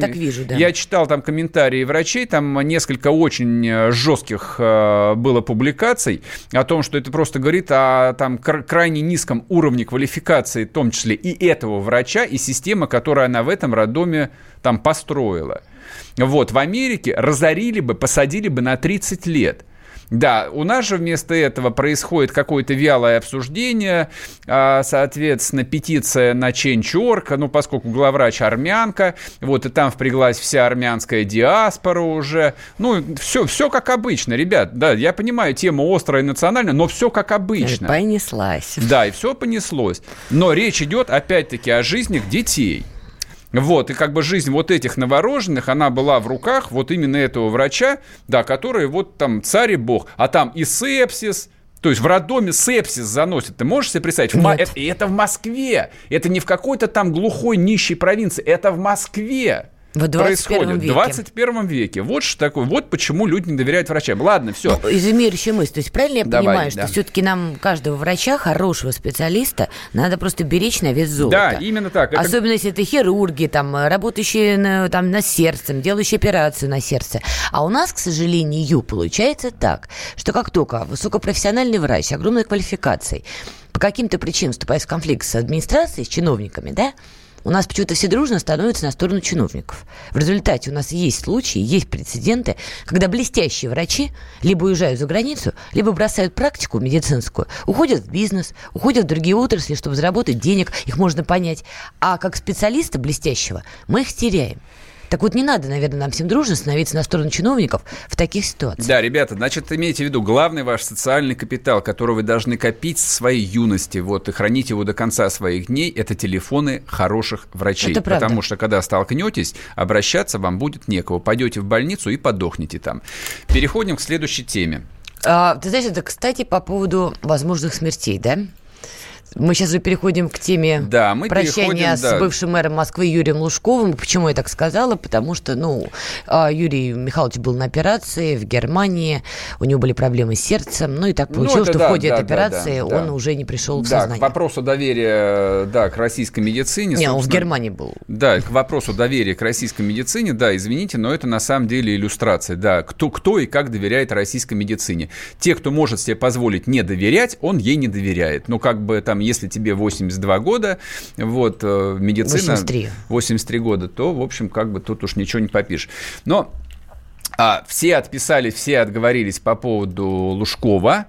комментарии врачей, там несколько очень жестких было публикаций о том, что это просто говорит о там крайне низком уровне квалификации, в том числе и этого врача, и системы, которую она в этом роддоме там построила. Вот, в Америке разорили бы, посадили бы на 30 лет. Да, у нас же вместо этого происходит какое-то вялое обсуждение, соответственно, петиция на Change.org, поскольку главврач армянка, вот, и там впряглась вся армянская диаспора уже, все как обычно, ребят, да, я понимаю, тема острая и национальная, но все как обычно. Понеслась. Да, и все понеслось, но речь идет, опять-таки, о жизнях детей. Вот, и как бы жизнь вот этих новорожденных, она была в руках вот именно этого врача, да, который вот там царь и бог, а там и сепсис, то есть в роддоме сепсис заносит. Ты можешь себе представить? Это в Москве, это не в какой-то там глухой нищей провинции, это в Москве. В 21 происходит веке. в 21 веке. Вот что такое. Вот почему люди не доверяют врачам. Ладно, все. Ну, изумирующая мысль. То есть правильно я понимаю, что все-таки нам каждого врача, хорошего специалиста, надо просто беречь на вес золота? Да, именно так. Особенно если это хирурги, там, работающие над сердцем, делающие операцию на сердце. А у нас, к сожалению, получается так, что как только высокопрофессиональный врач с огромной квалификацией по каким-то причинам вступает в конфликт с администрацией, с чиновниками, да, у нас почему-то все дружно становятся на сторону чиновников. В результате у нас есть случаи, есть прецеденты, когда блестящие врачи либо уезжают за границу, либо бросают практику медицинскую, уходят в бизнес, уходят в другие отрасли, чтобы заработать денег, их можно понять. А как специалиста блестящего мы их теряем. Так вот, не надо, наверное, нам всем дружно становиться на сторону чиновников в таких ситуациях. Да, ребята, значит, имейте в виду, главный ваш социальный капитал, который вы должны копить со своей юности, вот, и хранить его до конца своих дней, это телефоны хороших врачей. Это правда. Потому что, когда столкнетесь, обращаться вам будет некого. Пойдете в больницу и подохнете там. Переходим к следующей теме. Ты знаешь, это, кстати, по поводу возможных смертей, да? Мы сейчас же переходим к теме прощания с бывшим мэром Москвы Юрием Лужковым. Почему я так сказала? Потому что, Юрий Михайлович был на операции в Германии, у него были проблемы с сердцем, и так получилось, что в ходе этой операции он уже не пришел в сознание. К вопросу доверия, к российской медицине. Не, он в Германии был. Да, к вопросу доверия к российской медицине, извините, но это на самом деле иллюстрация, кто и как доверяет российской медицине. Те, кто может себе позволить не доверять, он ей не доверяет. Если тебе 82 года, медицина... 83 года, то, в общем, тут уж ничего не попишешь. Но все отписали, все отговорились по поводу Лужкова.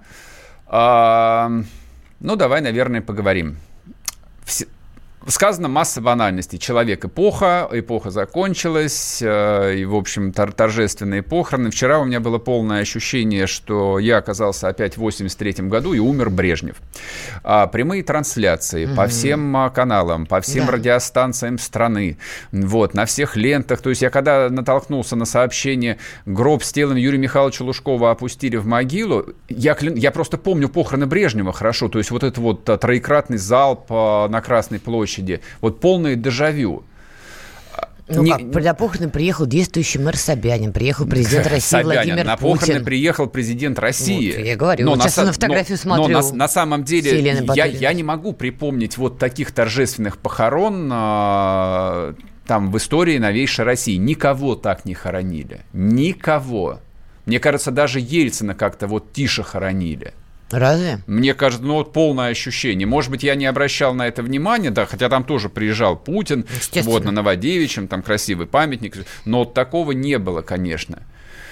Давай, наверное, поговорим. Сказано масса банальностей. Человек эпоха закончилась, и, в общем, торжественные похороны. Вчера у меня было полное ощущение, что я оказался опять в 83-м году, и умер Брежнев. Прямые трансляции по всем каналам, по всем радиостанциям страны, на всех лентах. То есть я когда натолкнулся на сообщение «Гроб с телом Юрия Михайловича Лужкова опустили в могилу», я просто помню похороны Брежнева хорошо. То есть этот троекратный залп на Красной площади. Полное дежавю. На похороны приехал действующий мэр Собянин, приехал президент России Владимир Путин. На похороны приехал президент России. Я говорю, сейчас на фотографию смотрю. Но на самом деле я не могу припомнить таких торжественных похорон в истории новейшей России. Никого так не хоронили. Никого. Мне кажется, даже Ельцина как-то тише хоронили. Разве? Мне кажется, полное ощущение. Может быть, я не обращал на это внимания, хотя там тоже приезжал Путин, на Новодевичьем, там красивый памятник, но такого не было, конечно.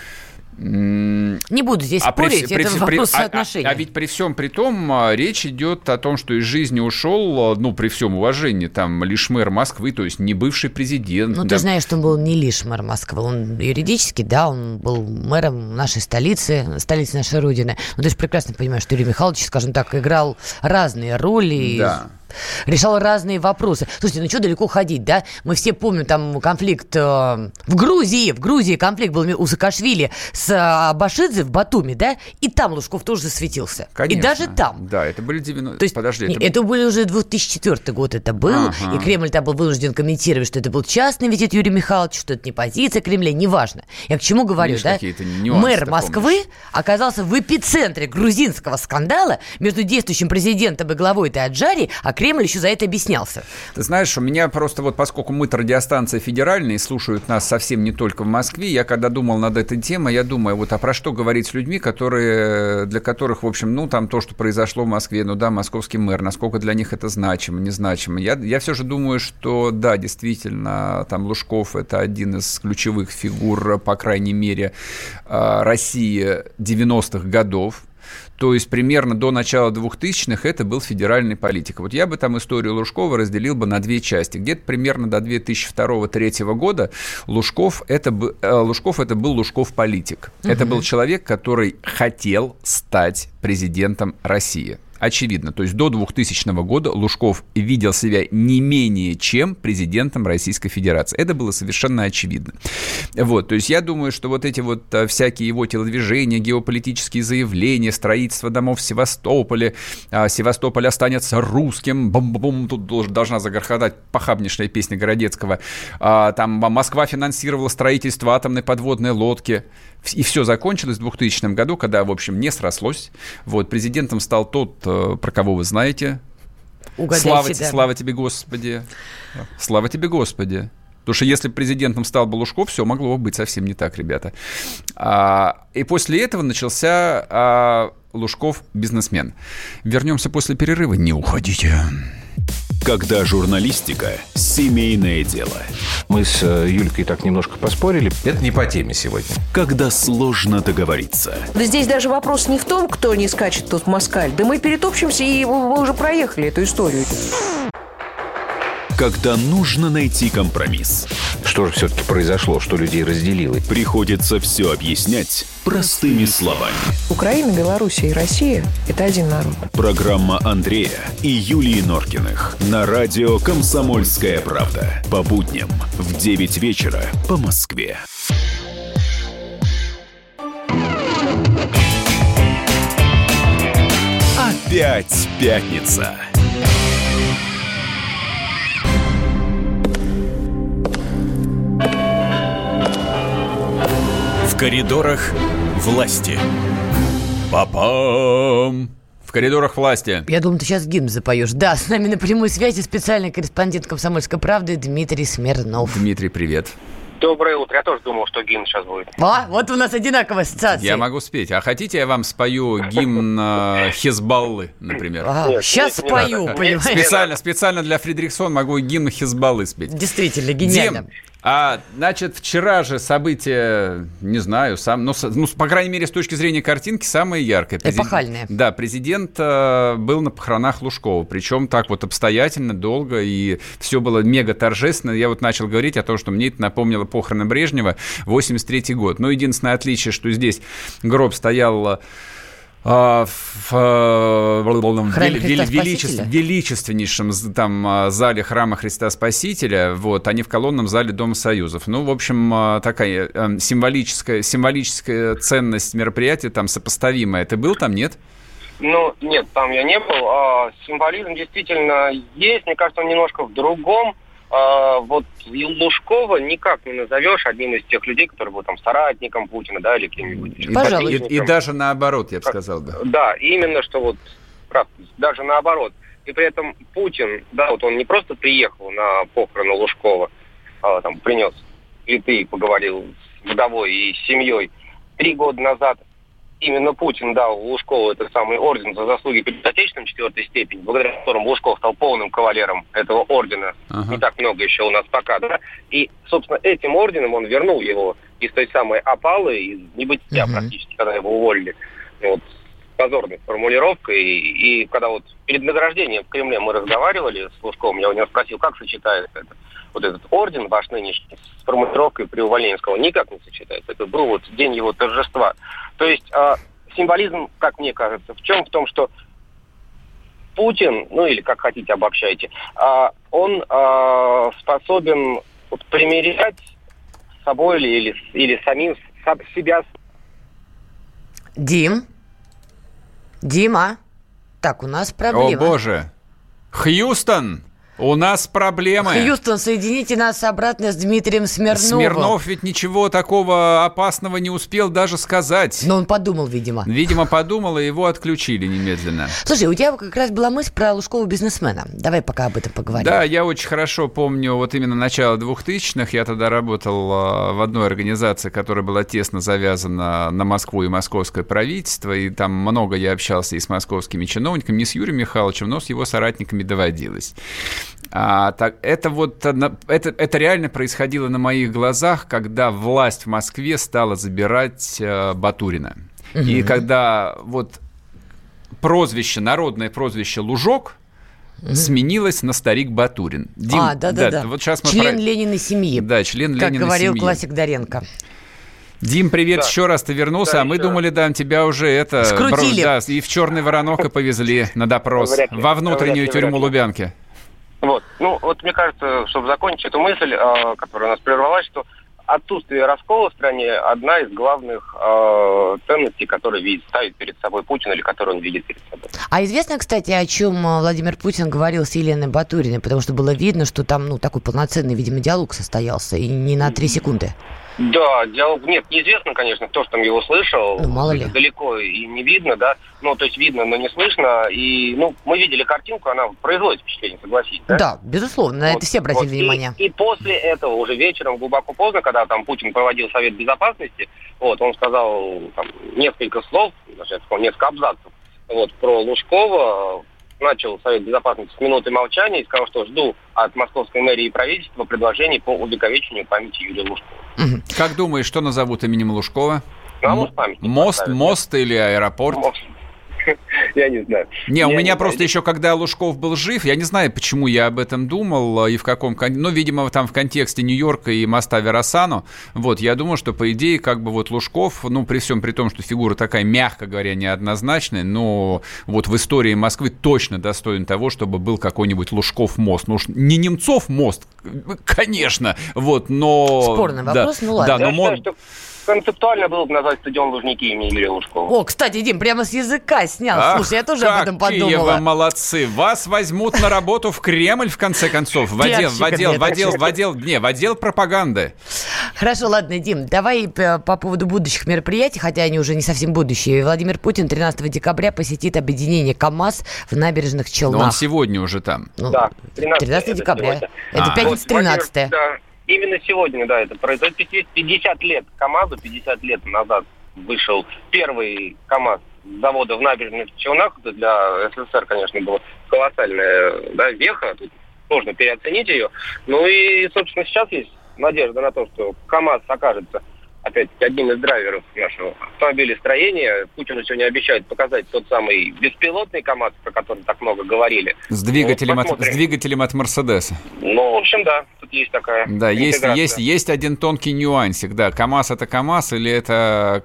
Не буду здесь спорить, это вопрос соотношения. А ведь при всем при том речь идет о том, что из жизни ушел, при всем уважении, лишь мэр Москвы, то есть не бывший президент. Ты знаешь, что он был не лишь мэр Москвы, он юридически, он был мэром нашей столицы нашей Родины. Но ты же прекрасно понимаешь, что Юрий Михайлович, скажем так, играл разные роли. Да. Решал разные вопросы. Слушайте, что далеко ходить, да? Мы все помним конфликт в Грузии. В Грузии конфликт был у Саакашвили с Башидзе в Батуми, да? И там Лужков тоже засветился. Конечно. И даже там. Да, это были 90... То есть, это были уже 2004 год это был. И Кремль там был вынужден комментировать, что это был частный визит Юрия Михайловича, что это не позиция Кремля, неважно. Я к чему говорю, да? Мэр Москвы оказался в эпицентре грузинского скандала между действующим президентом и главой Таджари, а Кремль еще за это объяснялся. Ты знаешь, у меня просто поскольку мы радиостанция федеральная и слушают нас совсем не только в Москве, я когда думал над этой темой, я думаю, а про что говорить с людьми, для которых, в общем, то, что произошло в Москве, московский мэр, насколько для них это значимо, незначимо. Я все же думаю, что да, действительно, Лужков – это один из ключевых фигур, по крайней мере, России 90-х годов. То есть примерно до начала 2000-х это был федеральный политик. Я бы историю Лужкова разделил бы на две части. Где-то примерно до 2002-2003 года Лужков это был Лужков-политик. Это был человек, который хотел стать президентом России. очевидно. То есть до 2000 года Лужков видел себя не менее чем президентом Российской Федерации. Это было совершенно очевидно. Вот, то есть я думаю, что вот эти вот всякие его телодвижения, геополитические заявления, строительство домов в Севастополе, Севастополь останется русским, бум-бум, тут должна загрохотать похабнейшая песня Городецкого, там Москва финансировала строительство атомной подводной лодки. И все закончилось в 2000 году, когда, в общем, не срослось. Вот, президентом стал тот, про кого вы знаете. Слава тебе, Господи. Слава тебе, Господи. Потому что если президентом стал бы Лужков, все могло бы быть совсем не так, ребята. И после этого начался Лужков бизнесмен. Вернемся после перерыва. Не уходите. Когда журналистика – семейное дело. Мы с Юлькой так немножко поспорили. Это не по теме сегодня. Когда сложно договориться. Да здесь даже вопрос не в том, кто не скачет тут в москаль. Да мы перетопчемся, и мы уже проехали эту историю. Когда нужно найти компромисс. Что же все-таки произошло, что людей разделило? Приходится все объяснять простыми словами. Украина, Белоруссия и Россия – это один народ. Программа Андрея и Юлии Норкиных на радио «Комсомольская правда». По будням в 9 вечера по Москве. Опять пятница. В коридорах власти. Папам! В коридорах власти. Я думаю, ты сейчас гимн запоешь. Да, с нами на прямой связи специальный корреспондент «Комсомольской правды» Дмитрий Смирнов. Дмитрий, привет. Доброе утро. Я тоже думал, что гимн сейчас будет. Вот у нас одинаковая ассоциация. Я могу спеть. А хотите, я вам спою гимн Хизбаллы, например? Сейчас спою, понимаешь? Специально для Фридрихсон могу гимн Хизбаллы спеть. Действительно, гениально. Значит, вчера же событие, не знаю, по крайней мере, с точки зрения картинки, самое яркое. Эпохальное. Да, президент был на похоронах Лужкова, причем так вот обстоятельно, долго, и все было мега торжественно. Я вот начал говорить о том, что мне это напомнило похороны Брежнева, 83-й год. Но единственное отличие, что здесь гроб стоял в величественнейшем там зале Храма Христа Спасителя, вот, а не в колонном зале Дома Союзов. Ну, в общем, такая символическая ценность мероприятия там сопоставимая. Ты был там, нет? Ну, нет, там я не был. Символизм действительно есть. Мне кажется, он немножко в другом. Вот Лужкова никак не назовешь одним из тех людей, которые был там соратником Путина, да, или кем-нибудь. И даже наоборот, я бы сказал, да. Да, именно что вот, правда, даже наоборот. И при этом Путин, да, вот он не просто приехал на похороны Лужкова, там принес цветы, поговорил с вдовой и с семьей. 3 года назад именно Путин дал Лужкову этот самый орден за заслуги перед Отечеством 4-й степени, благодаря которому Лужков стал полным кавалером этого ордена. Ага. Не так много еще у нас пока, да. И, собственно, этим орденом он вернул его из той самой опалы, из небытия практически, когда его уволили. Вот, с позорной формулировкой. И когда вот перед награждением в Кремле мы разговаривали с Лужковым, я у него спросил, как сочетается это. Вот этот орден ваш нынешний с формулировкой при увольнении, сказал, никак не сочетается. Это был вот день его торжества. То есть символизм, как мне кажется, в чем? В том, что Путин, ну или как хотите обобщайте, он способен вот, примирять с собой или самим себя. Дима, так, у нас проблема. О боже, Хьюстон! У нас проблемы. Хьюстон, соедините нас обратно с Дмитрием Смирновым. Смирнов ведь ничего такого опасного не успел даже сказать. Но он подумал, видимо. Видимо, подумал, и его отключили немедленно. Слушай, у тебя как раз была мысль про Лужкова бизнесмена. Давай пока об этом поговорим. Да, я очень хорошо помню вот именно начало 2000-х. Я тогда работал в одной организации, которая была тесно завязана на Москву и московское правительство. И там много я общался и с московскими чиновниками, не с Юрием Михайловичем, но с его соратниками доводилось. Это реально происходило на моих глазах, когда власть в Москве стала забирать Батурина. И когда вот народное прозвище Лужок сменилось на старик Батурин. Да. Вот сейчас член Лениной семьи. Да, член Лениной семьи. Как говорил классик Доренко. Дим, привет еще раз, ты вернулся, Да, а мы еще думали, да, тебя уже это... Скрутили. Да, и в Черный Воронок и повезли на допрос во внутреннюю тюрьму Лубянки. Вот. Ну, вот мне кажется, чтобы закончить эту мысль, которая у нас прервалась, что отсутствие раскола в стране одна из главных ценностей, которые ставит перед собой Путин или которые он видит перед собой. А известно, кстати, о чем Владимир Путин говорил с Еленой Батуриной, потому что было видно, что там, такой полноценный, видимо, диалог состоялся, и не на 3 секунды. Да, диалог, нет, неизвестно, конечно, кто же там его слышал. Ну, мало ли. Далеко и не видно, да. Ну, то есть видно, но не слышно. И, мы видели картинку, она производит впечатление, согласитесь, да? Да, безусловно, на это все обратили внимание. И после этого, уже вечером, глубоко поздно, когда там Путин проводил Совет Безопасности, он сказал там несколько слов, даже я сказал, несколько абзацев, про Лужкова, начал Совет Безопасности с минуты молчания и сказал, что жду от московской мэрии и правительства предложений по увековечению памяти Юрия Лужкова. Как думаешь, что назовут именем Лужкова? Мост или аэропорт? Я не знаю. У меня просто еще, когда Лужков был жив, я не знаю, почему я об этом думал и в каком... видимо, там в контексте Нью-Йорка и моста Верасано. Я думаю, что, по идее, Лужков, при всем при том, что фигура такая, мягко говоря, неоднозначная, но в истории Москвы точно достоин того, чтобы был какой-нибудь Лужков мост. Не Немцов мост, конечно, но... Спорный вопрос, ладно. Я считаю, что концептуально было бы назвать стадион Лужники имени Юрия Лужкова. О, кстати, Дим, прямо с языка снял. Слушай, я тоже об этом подумала. Какие вы молодцы. Вас возьмут на работу в Кремль, в конце концов. В отдел пропаганды. Хорошо, ладно, Дим, давай по поводу будущих мероприятий, хотя они уже не совсем будущие. Владимир Путин 13 декабря посетит объединение КамАЗ в Набережных Челнах. Но он сегодня уже там. Да, 13 декабря. Это пятница 13. Да. Именно сегодня, да, это произойдет 50 лет КамАЗу, 50 лет назад вышел первый КамАЗ с завода в Набережных Челнах. Это для СССР, конечно, была колоссальная веха, тут сложно переоценить ее. И, собственно, сейчас есть надежда на то, что КамАЗ окажется опять-таки одним из драйверов нашего автомобилестроения. Путин сегодня обещает показать тот самый беспилотный КамАЗ, про который так много говорили. С двигателем от Мерседеса. В общем, да, тут есть такая интеграция. Есть один тонкий нюансик, да. КамАЗ это КамАЗ или это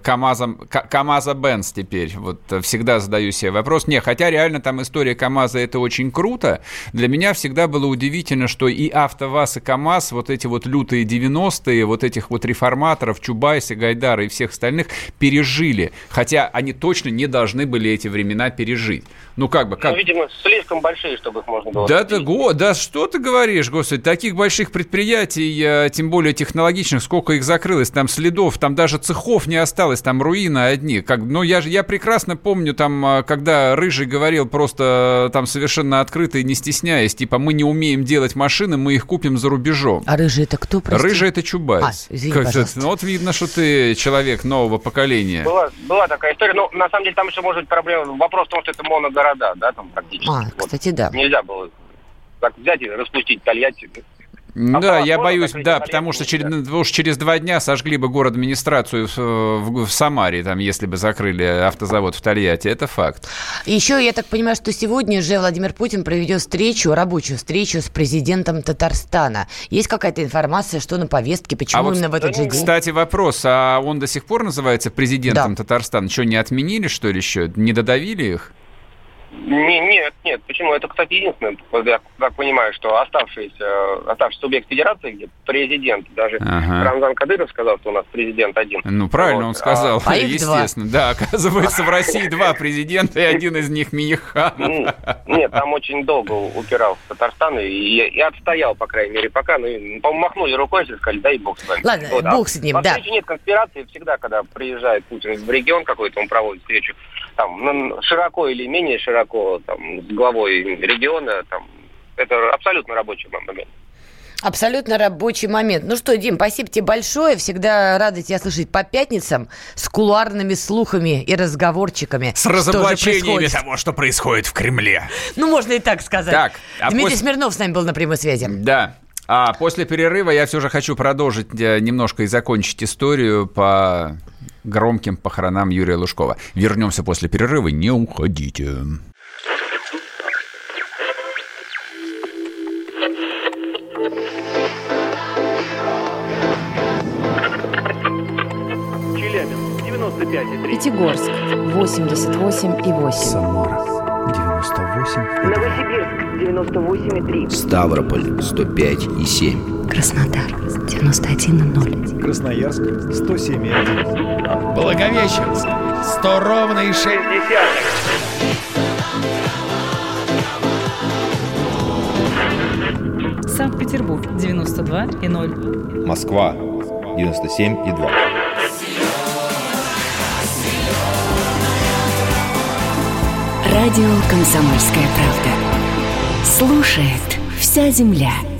КамАЗа-Бенц теперь? Всегда задаю себе вопрос. Хотя реально там история КамАЗа это очень круто. Для меня всегда было удивительно, что и АвтоВАЗ, и КамАЗ, эти лютые 90-е, этих реформаторов, Чубайса, Гайдара и всех остальных пережили. Хотя они точно не должны были эти времена пережить. Видимо, слишком большие, чтобы их можно было... Да что ты говоришь, господи, таких больших предприятий, тем более технологичных, сколько их закрылось, там следов, там даже цехов не осталось, там руины одни. Я прекрасно помню, там, когда Рыжий говорил просто там совершенно открыто и не стесняясь, мы не умеем делать машины, мы их купим за рубежом. А Рыжий это кто, прости? Рыжий это Чубайс. Видно, что ты человек нового поколения. Была такая история, но на самом деле там еще может быть проблема. Вопрос в том, что это моногорода, да, там практически. Кстати, да. Нельзя было так взять и распустить Тольятти. Да, я боюсь, потому что через 2 дня сожгли бы город-администрацию в Самаре, если бы закрыли автозавод в Тольятти. Это факт. Еще, я так понимаю, что сегодня же Владимир Путин проведет рабочую встречу с президентом Татарстана. Есть какая-то информация, что на повестке, почему именно в этот же день? Кстати, вопрос, а он до сих пор называется президентом Татарстана? Что, не отменили, что ли, еще? Не додавили их? Нет. Почему? Это, кстати, единственное, я так понимаю, что оставшийся субъект федерации, где президент, даже Рамзан Кадыров сказал, что у нас президент один. Правильно он сказал, естественно. Да, оказывается, в России 2 президента, и один из них Миниханов. Нет, там очень долго упирал в Татарстан и отстоял, по крайней мере, пока. По-моему, махнули рукой и сказали, дай бог с вами. Ладно, бог с ним, да. Нет конспирации. Всегда, когда приезжает Путин в регион какой-то, он проводит встречу, там, широко или менее широко, там, с главой региона, там, это абсолютно рабочий момент. Абсолютно рабочий момент. Ну что, Дим, спасибо тебе большое. Всегда рада тебя слышать по пятницам с кулуарными слухами и разговорчиками. С разоблачениями того, что происходит в Кремле. Можно и так сказать. Дмитрий Смирнов с нами был на прямой связи. Да. А после перерыва я все же хочу продолжить немножко и закончить историю по громким похоронам Юрия Лужкова. Вернемся после перерыва, не уходите. Пятигорск 88,8. Самара 98,2. Новосибирск 98,3. Ставрополь 105,7. Краснодар 91,0. Красноярск 107,1. Благовещенск 100,6. Санкт-Петербург 92,0. Москва 97,2. Радио «Комсомольская правда». Слушает вся земля.